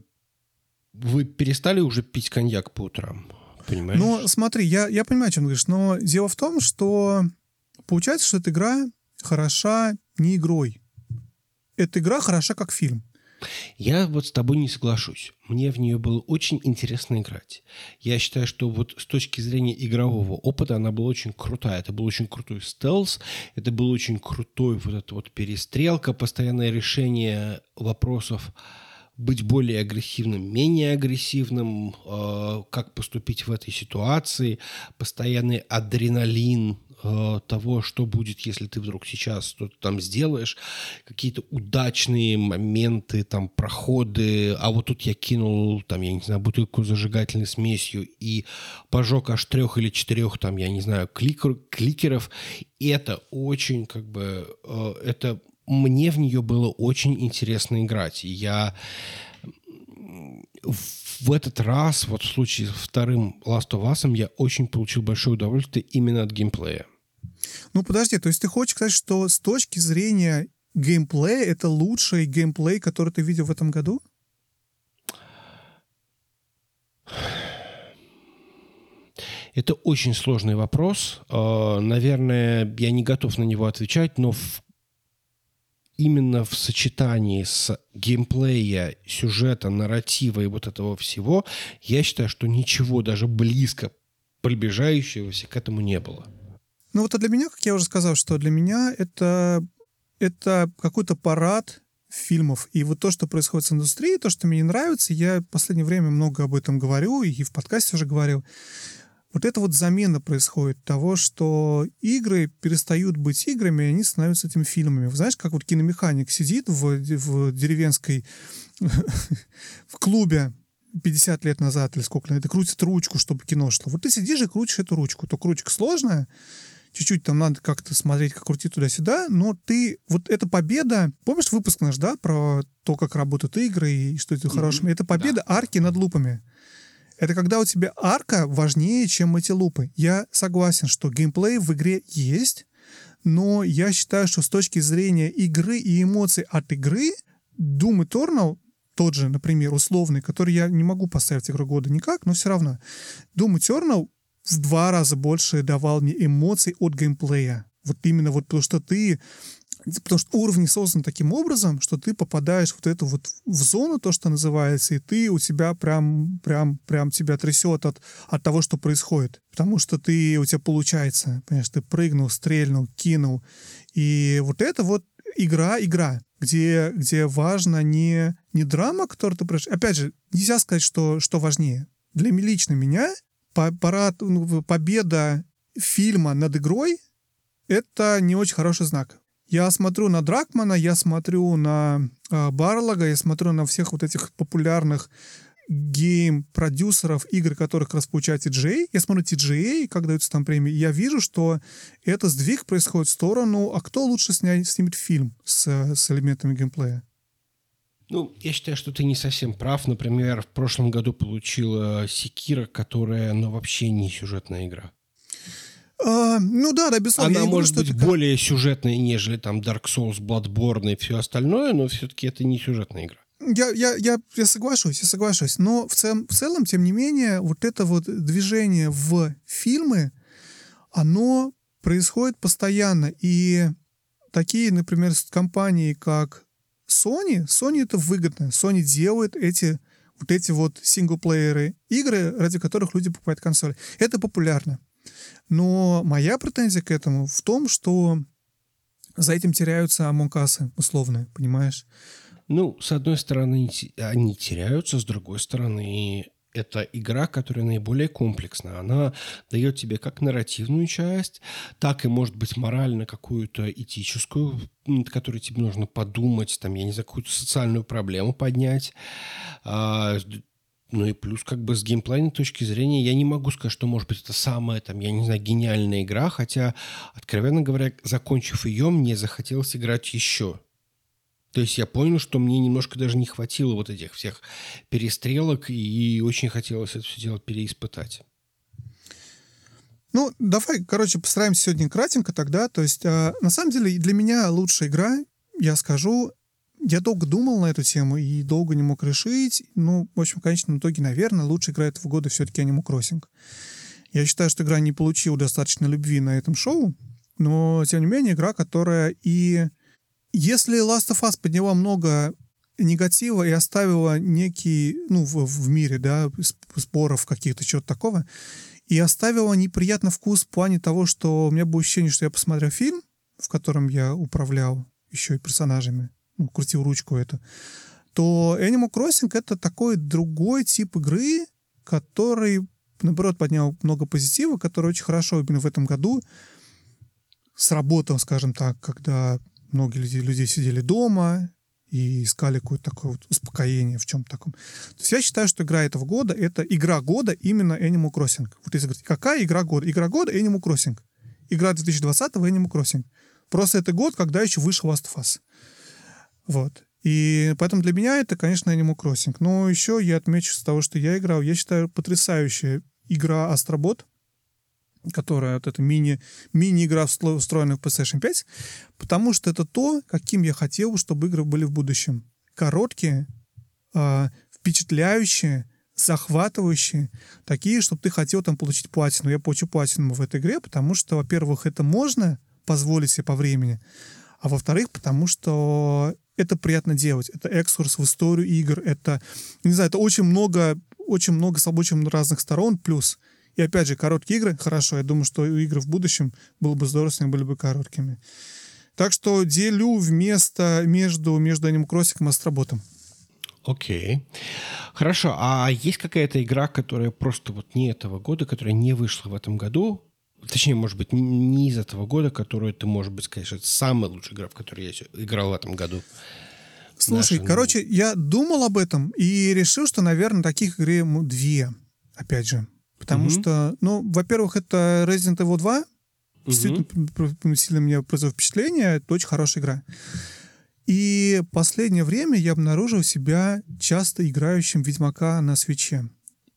вы перестали уже пить коньяк по утрам, понимаешь? Ну, смотри, я понимаю, о чем ты говоришь, но дело в том, что получается, что эта игра хороша не игрой. Эта игра хороша как фильм. Я вот с тобой не соглашусь. Мне в нее было очень интересно играть. Я считаю, что вот с точки зрения игрового опыта она была очень крутая. Это был очень крутой стелс, это был очень крутой вот эта вот перестрелка, постоянное решение вопросов быть более агрессивным, менее агрессивным, как поступить в этой ситуации, постоянный адреналин того, что будет, если ты вдруг сейчас что-то там сделаешь, какие-то удачные моменты, там, проходы, а вот тут я кинул, там, я не знаю, бутылку с зажигательной смесью и пожег аж 3 или 4, там, я не знаю, кликеров, и это очень, как бы, это мне в нее было очень интересно играть, и я в этот раз, вот в случае с вторым Last of Us, я очень получил большое удовольствие именно от геймплея. Ну, подожди, то есть ты хочешь сказать, что с точки зрения геймплея это лучший геймплей, который ты видел в этом году? Это очень сложный вопрос. Наверное, я не готов на него отвечать, но именно в сочетании с геймплея, сюжета, нарратива и вот этого всего, я считаю, что ничего даже близко приближающегося к этому не было. Ну вот, а для меня, как я уже сказал, что для меня это какой-то парад фильмов. И вот то, что происходит с индустрией, то, что мне не нравится, я в последнее время много об этом говорю, и в подкасте уже говорил. Вот это вот замена происходит того, что игры перестают быть играми, и они становятся этими фильмами. Вы знаешь, как вот киномеханик сидит в деревенской в клубе 50 лет назад или сколько, это крутит ручку, чтобы кино шло. Вот ты сидишь и крутишь эту ручку. Только ручка сложная, чуть-чуть там надо как-то смотреть, как крутить туда-сюда, но ты... Вот эта победа... Помнишь выпуск наш, да, про то, как работают игры и что это хорошее? Это победа арки над лупами. Это когда у тебя арка важнее, чем эти лупы. Я согласен, что геймплей в игре есть, но я считаю, что с точки зрения игры и эмоций от игры Doom Eternal, тот же, например, условный, который я не могу поставить игру года никак, но все равно, Doom Eternal в 2 раза больше давал мне эмоций от геймплея. Вот именно вот потому что уровни созданы таким образом, что ты попадаешь вот эту вот в зону, то, что называется, и у тебя прям тебя трясет от того, что происходит. Потому что у тебя получается, понимаешь, ты прыгнул, стрельнул, кинул. И вот это вот игра, где важно не драма, которую ты происходит. Опять же, нельзя сказать, что важнее. Лично меня победа фильма над игрой — это не очень хороший знак. Я смотрю на Дракмана, я смотрю на Барлога, я смотрю на всех вот этих популярных гейм-продюсеров, игр, которых как раз получает TGA. Я смотрю TGA, как даются там премии, и я вижу, что это сдвиг происходит в сторону, а кто лучше снимет фильм с элементами геймплея? Ну, я считаю, что ты не совсем прав. Например, в прошлом году получила Sekiro, которая, вообще не сюжетная игра. Ну да, безусловно. Она может быть более сюжетной, нежели там Dark Souls, Bloodborne и все остальное, но все-таки это не сюжетная игра. Я соглашусь. Но в целом, тем не менее, вот это вот движение в фильмы, оно происходит постоянно. И такие, например, компании, как Sony это выгодно. Sony делает эти вот синглплееры игры, ради которых люди покупают консоли. Это популярно. Но моя претензия к этому в том, что за этим теряются амонкасы условные, понимаешь? Ну, с одной стороны, они теряются, с другой стороны, это игра, которая наиболее комплексна. Она дает тебе как нарративную часть, так и, может быть, морально какую-то этическую, над которой тебе нужно подумать, там, я не знаю, какую-то социальную проблему поднять. Ну и плюс, как бы с геймплейной точки зрения, я не могу сказать, что, может быть, это самая, там, я не знаю, гениальная игра, хотя, откровенно говоря, закончив ее, мне захотелось играть еще. То есть я понял, что мне немножко даже не хватило вот этих всех перестрелок, и очень хотелось это все дело переиспытать. Ну, давай, постараемся сегодня кратенько тогда. То есть, на самом деле, для меня лучшая игра, я скажу, я долго думал на эту тему и долго не мог решить. Ну, в общем, в конечном итоге, наверное, лучшая игра этого года все-таки Animal Crossing. Я считаю, что игра не получила достаточно любви на этом шоу, но, тем не менее, игра, которая и... Если Last of Us подняла много негатива и оставила некий, ну, в мире, да, споров каких-то, чего-то такого, и оставила неприятный вкус в плане того, что у меня было ощущение, что я посмотрел фильм, в котором я управлял еще и персонажами, ну, крутил ручку эту, то Animal Crossing — это такой другой тип игры, который, наоборот, поднял много позитива, который очень хорошо именно в этом году сработал, скажем так, когда многие люди сидели дома и искали какое-то такое вот успокоение в чем-то таком. То есть я считаю, что игра этого года — это игра года именно Animal Crossing. Вот если говорить, какая игра года? Игра года Animal Crossing. Игра 2020-го Animal Crossing. Просто это год, когда еще вышел Last of Us. Вот. И поэтому для меня это, конечно, Animal Crossing. Но еще я отмечу с того, что я играл. Я считаю, потрясающая игра Astrobot, которая вот эта мини-игра, встроенная в PlayStation 5, потому что это то, каким я хотел, чтобы игры были в будущем. Короткие, впечатляющие, захватывающие, такие, чтобы ты хотел там получить платину. Я получу платину в этой игре, потому что, во-первых, это можно позволить себе по времени, а во-вторых, потому что это приятно делать. Это экскурс в историю игр, это, не знаю, это очень много с очень разных сторон, плюс. И опять же, короткие игры, хорошо, я думаю, что игры в будущем было бы здорово, если они были бы короткими. Так что делю между Animal Crossing и Астроботом. Окей. Хорошо, а есть какая-то игра, которая просто вот не этого года, которая не вышла в этом году? Точнее, может быть, не из этого года, которую ты, может быть, скажешь, это самая лучшая игра, в которой я играл в этом году. Слушай, я думал об этом и решил, что, наверное, таких игр две, опять же. Потому что, ну, во-первых, это Resident Evil 2. Действительно сильно мне произвело впечатление. Это очень хорошая игра. И в последнее время я обнаружил себя часто играющим в Ведьмака на свитче.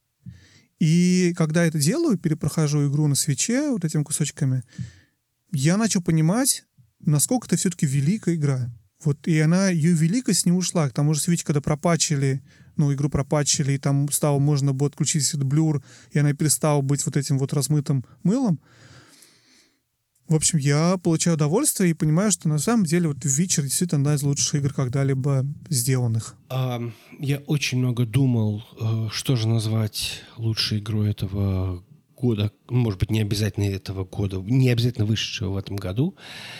И когда это делаю, перепрохожу игру на свитче вот этими кусочками, я начал понимать, насколько это все-таки великая игра. Вот, и ее великость не ушла. К тому же Switch, когда игру пропатчили, и там можно было отключить этот блюр, и она перестала быть вот этим вот размытым мылом. В общем, я получаю удовольствие и понимаю, что на самом деле вот Witcher действительно одна из лучших игр когда-либо сделанных. Я очень много думал, что же назвать лучшей игрой этого года. Может быть, не обязательно этого года, не обязательно вышедшего в этом году.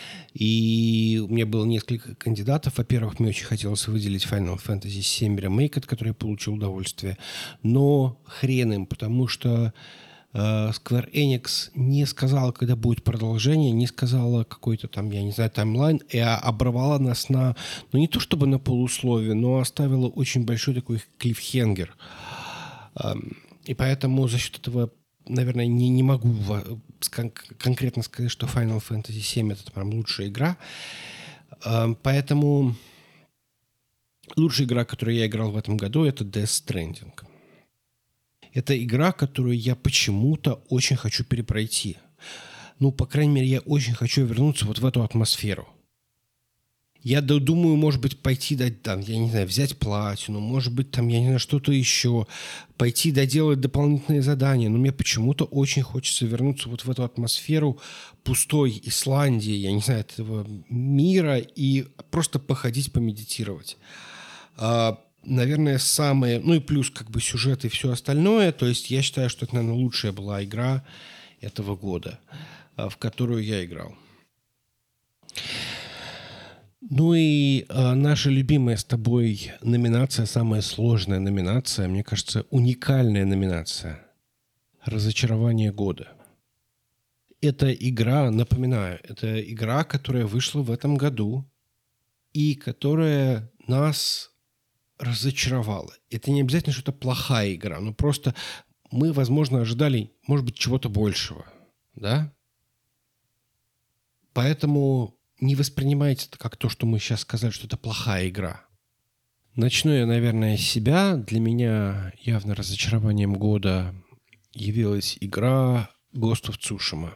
И у меня было несколько кандидатов. Во-первых, мне очень хотелось выделить Final Fantasy VII Remake, от которой я получил удовольствие. Но хрен им, потому что Square Enix не сказала, когда будет продолжение, не сказала какой-то там, я не знаю, таймлайн, и оборвала нас ну не то чтобы на полусловие, но оставила очень большой такой клиффхенгер. И поэтому за счет этого, наверное, не могу конкретно сказать, что Final Fantasy VII это прям лучшая игра. Поэтому лучшая игра, которую я играл в этом году, это Death Stranding. Это игра, которую я почему-то очень хочу перепройти. Ну, по крайней мере, я очень хочу вернуться вот в эту атмосферу. Я думаю, может быть, пойти дать, там, я не знаю, взять платину, может быть, там, я не знаю, что-то еще, пойти доделать дополнительные задания. Но мне почему-то очень хочется вернуться вот в эту атмосферу пустой Исландии, я не знаю, этого мира, и просто походить, помедитировать. Наверное, самое... Ну и плюс как бы сюжет и все остальное. То есть я считаю, что это, наверное, лучшая была игра этого года, в которую я играл. Ну и наша любимая с тобой номинация, самая сложная номинация, мне кажется, уникальная номинация. Разочарование года. Это игра, напоминаю, это игра, которая вышла в этом году и которая нас разочаровала. Это не обязательно, что это плохая игра, но просто мы, возможно, ожидали, может быть, чего-то большего, да? Поэтому не воспринимайте это как то, что мы сейчас сказали, что это плохая игра. Начну я, наверное, с себя. Для меня явно разочарованием года явилась игра Ghost of Tsushima.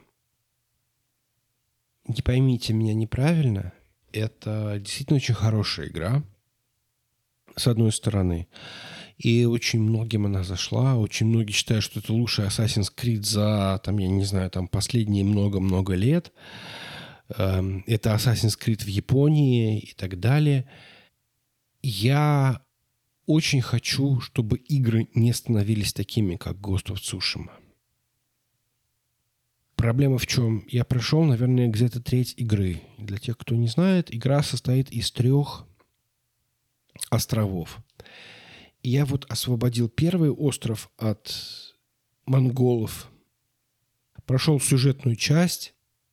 Не поймите меня неправильно, это действительно очень хорошая игра, с одной стороны. И очень многим она зашла. Очень многие считают, что это лучший Assassin's Creed за, там, я не знаю, там, последние много-много лет. Это Assassin's Creed в Японии и так далее. Я очень хочу, чтобы игры не становились такими, как Ghost of Tsushima. Проблема в чем? Я прошел, наверное, где-то треть игры. Для тех, кто не знает, игра состоит из 3 островов. И я вот освободил первый остров от монголов, прошел сюжетную часть,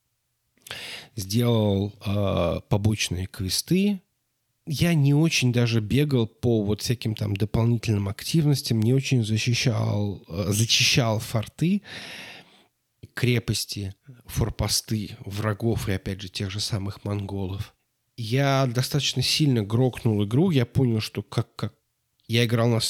сделал побочные квесты. Я не очень даже бегал по вот всяким там дополнительным активностям, не очень зачищал форты, крепости, форпосты врагов и, опять же, тех же самых монголов. Я достаточно сильно грокнул игру. Я понял, что как я играл на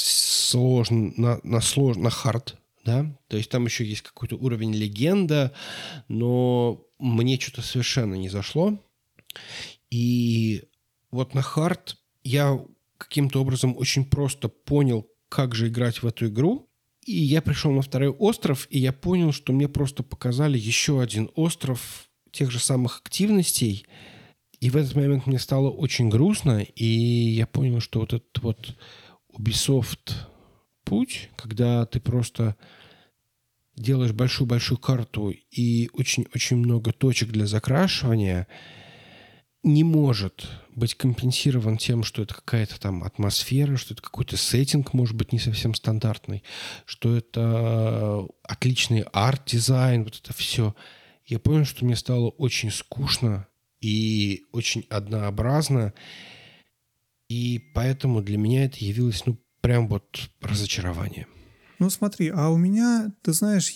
хард, да, то есть там еще есть какой-то уровень легенда, но мне что-то совершенно не зашло. И вот на хард я каким-то образом очень просто понял, как же играть в эту игру. И я пришел на второй остров, и я понял, что мне просто показали еще один остров тех же самых активностей. И в этот момент мне стало очень грустно, и я понял, что вот этот вот Ubisoft путь, когда ты просто делаешь большую-большую карту и очень-очень много точек для закрашивания, не может быть компенсирован тем, что это какая-то там атмосфера, что это какой-то сеттинг, может быть, не совсем стандартный, что это отличный арт-дизайн, вот это все. Я понял, что мне стало очень скучно и очень однообразно, и поэтому для меня это явилось, прям вот разочарование. Ну, смотри, а у меня, ты знаешь,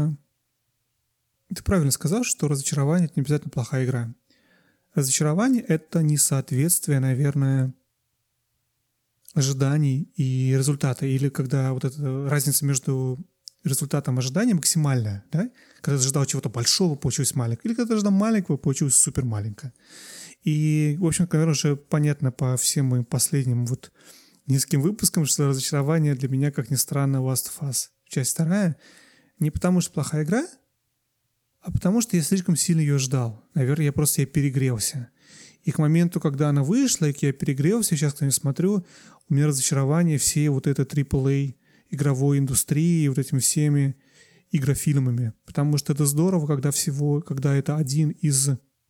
Ты правильно сказал, что разочарование — это не обязательно плохая игра. Разочарование — это несоответствие, наверное, ожиданий и результата. Или когда вот эта разница между результатом и ожиданием максимальная, да? Когда ты ожидал чего-то большого, получилось маленькое. Или когда ты ожидал маленького, получилось супер маленькое. И, в общем, наверное, уже понятно по всем моим последним вот нескольким выпускам, что разочарование для меня, как ни странно, Last of Us. Часть 2. Не потому что плохая игра, а потому что я слишком сильно ее ждал. Наверное, я перегрелся. И к моменту, когда она вышла, и я перегрелся, сейчас, когда я смотрю, у меня разочарование всей вот этой AAA игровой индустрии, вот этими всеми игрофильмами. Потому что это здорово, когда это один из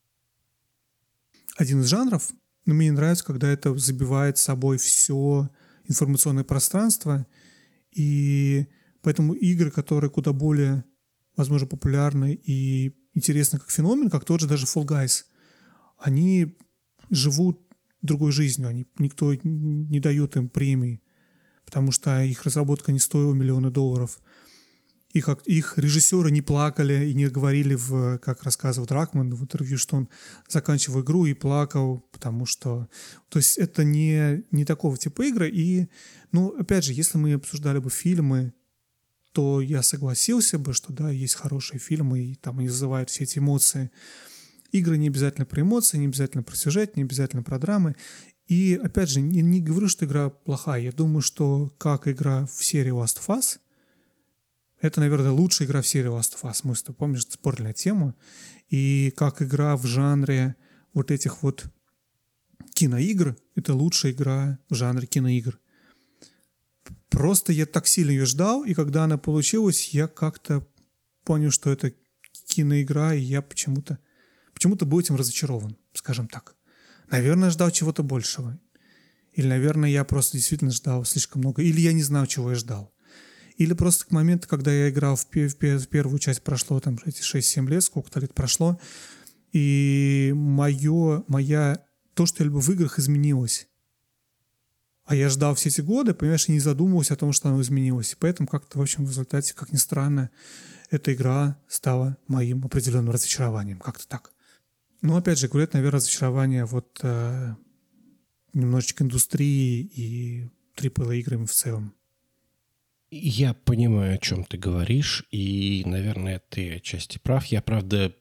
жанров, но мне не нравится, когда это забивает собой все информационное пространство. И поэтому игры, которые куда более, возможно, популярны и интересны как феномен, как тот же даже Fall Guys, они живут другой жизнью. Никто не дает им премии, потому что их разработка не стоила $1 миллион. Их режиссеры не плакали и не говорили, как рассказывал Дракман в интервью, что он заканчивал игру и плакал, потому что... То есть это не такого типа игры. И, опять же, если мы обсуждали бы фильмы, то я согласился бы, что да, есть хорошие фильмы, и там они вызывают все эти эмоции. Игры не обязательно про эмоции, не обязательно про сюжет, не обязательно про драмы. И, опять же, не говорю, что игра плохая. Я думаю, что как игра в серии Last of Us, это, наверное, лучшая игра в серии Last of Us. Мы с тобой, помнишь, спорили на тему. И как игра в жанре вот этих вот киноигр, это лучшая игра в жанре киноигр. Просто я так сильно ее ждал, и когда она получилась, я как-то понял, что это киноигра, и я почему-то был этим разочарован, скажем так. Наверное, ждал чего-то большего. Или, наверное, я просто действительно ждал слишком много. Или я не знал, чего я ждал. Или просто к моменту, когда я играл в первую часть, прошло там эти 6-7 лет, сколько-то лет прошло, и то, что я люблю в играх, изменилось. А я ждал все эти годы, понимаешь, и не задумывался о том, что оно изменилось. И поэтому как-то, в общем, в результате, как ни странно, эта игра стала моим определенным разочарованием. Как-то так. Но, опять же, говорят, наверное, разочарование немножечко индустрии и AAA-играми в целом. Я понимаю, о чем ты говоришь, и, наверное, ты отчасти прав. Я, правда,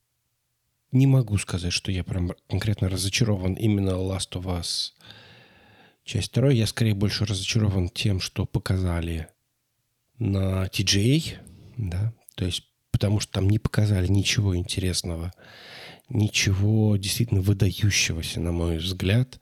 не могу сказать, что я прям конкретно разочарован именно Last of Us часть 2. Я скорее больше разочарован тем, что показали на TGA, да, то есть потому что там не показали ничего интересного, ничего действительно выдающегося, на мой взгляд,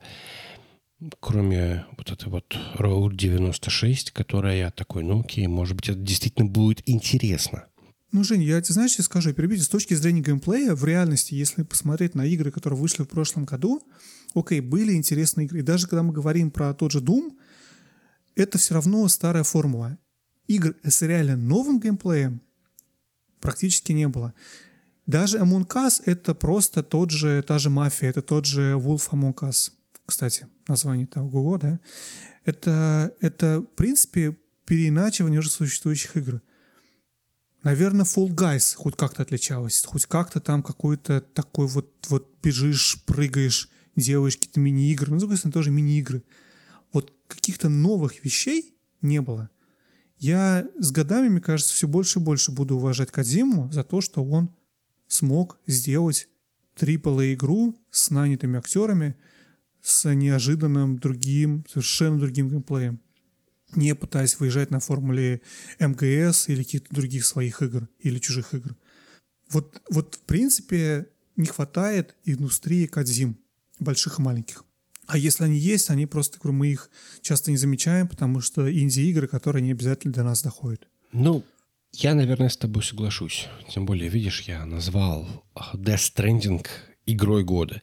кроме вот этой вот Road 96, которая я такой, окей, может быть, это действительно будет интересно. Жень, я тебе, знаешь, я скажу, перебить, с точки зрения геймплея, в реальности, если посмотреть на игры, которые вышли в прошлом году, окей, были интересные игры. И даже когда мы говорим про тот же Doom, это все равно старая формула. Игр с реально новым геймплеем практически не было. Даже Among Us — это просто та же мафия, это тот же Wolf Among Us. Кстати, название того, да? Это, в принципе, переиначивание уже существующих игр. Наверное, Fall Guys хоть как-то отличалась. Хоть как-то там какой-то такой вот бежишь, прыгаешь, делаешь какие-то мини-игры. Ну, с другой стороны, тоже мини-игры. Вот каких-то новых вещей не было. Я с годами, мне кажется, все больше и больше буду уважать Кодзиму за то, что он смог сделать AAA-игру с нанятыми актерами, с неожиданным совершенно другим геймплеем, не пытаясь выезжать на формуле МГС или каких-то других своих игр или чужих игр. Вот в принципе, не хватает индустрии Кодзим, больших и маленьких. А если они есть, они просто, мы их часто не замечаем, потому что инди-игры, которые не обязательно до нас доходят. Я, наверное, с тобой соглашусь. Тем более, видишь, я назвал Death Stranding игрой года.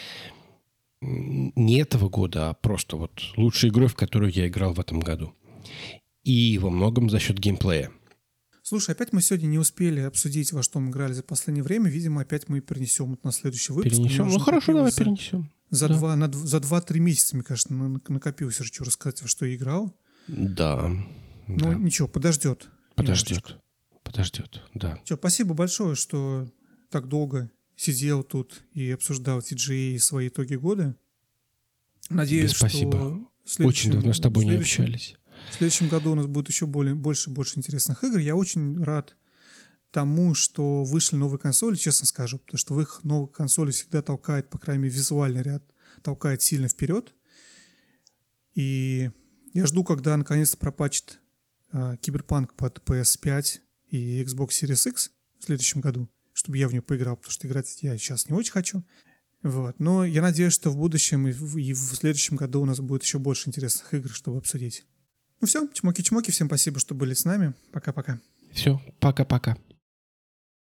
Не этого года, а просто лучшей игрой, в которую я играл в этом году. И во многом за счет геймплея. Слушай, опять мы сегодня не успели обсудить, во что мы играли за последнее время. Видимо, опять мы перенесем это на следующий выпуск. Перенесем? Хорошо, давай перенесем. За 2-3 месяца, мне кажется, накопился, что рассказать, во что я играл. Да. Ничего, подождет, да. Спасибо большое, что так долго сидел тут и обсуждал TGA и свои итоги года. Надеюсь, спасибо. Очень давно с тобой не общались. В следующем году у нас будет еще больше интересных игр. Я очень рад тому, что вышли новые консоли, честно скажу, потому что в их новых консоли всегда толкает, по крайней мере, визуальный ряд, толкает сильно вперед. И я жду, когда наконец-то пропатчит Киберпанк под PS5 и Xbox Series X в следующем году, чтобы я в нее поиграл, потому что играть я сейчас не очень хочу. Но я надеюсь, что в будущем и в следующем году у нас будет еще больше интересных игр, чтобы обсудить. Все, чмоки-чмоки, всем спасибо, что были с нами. Пока-пока. Все, пока-пока.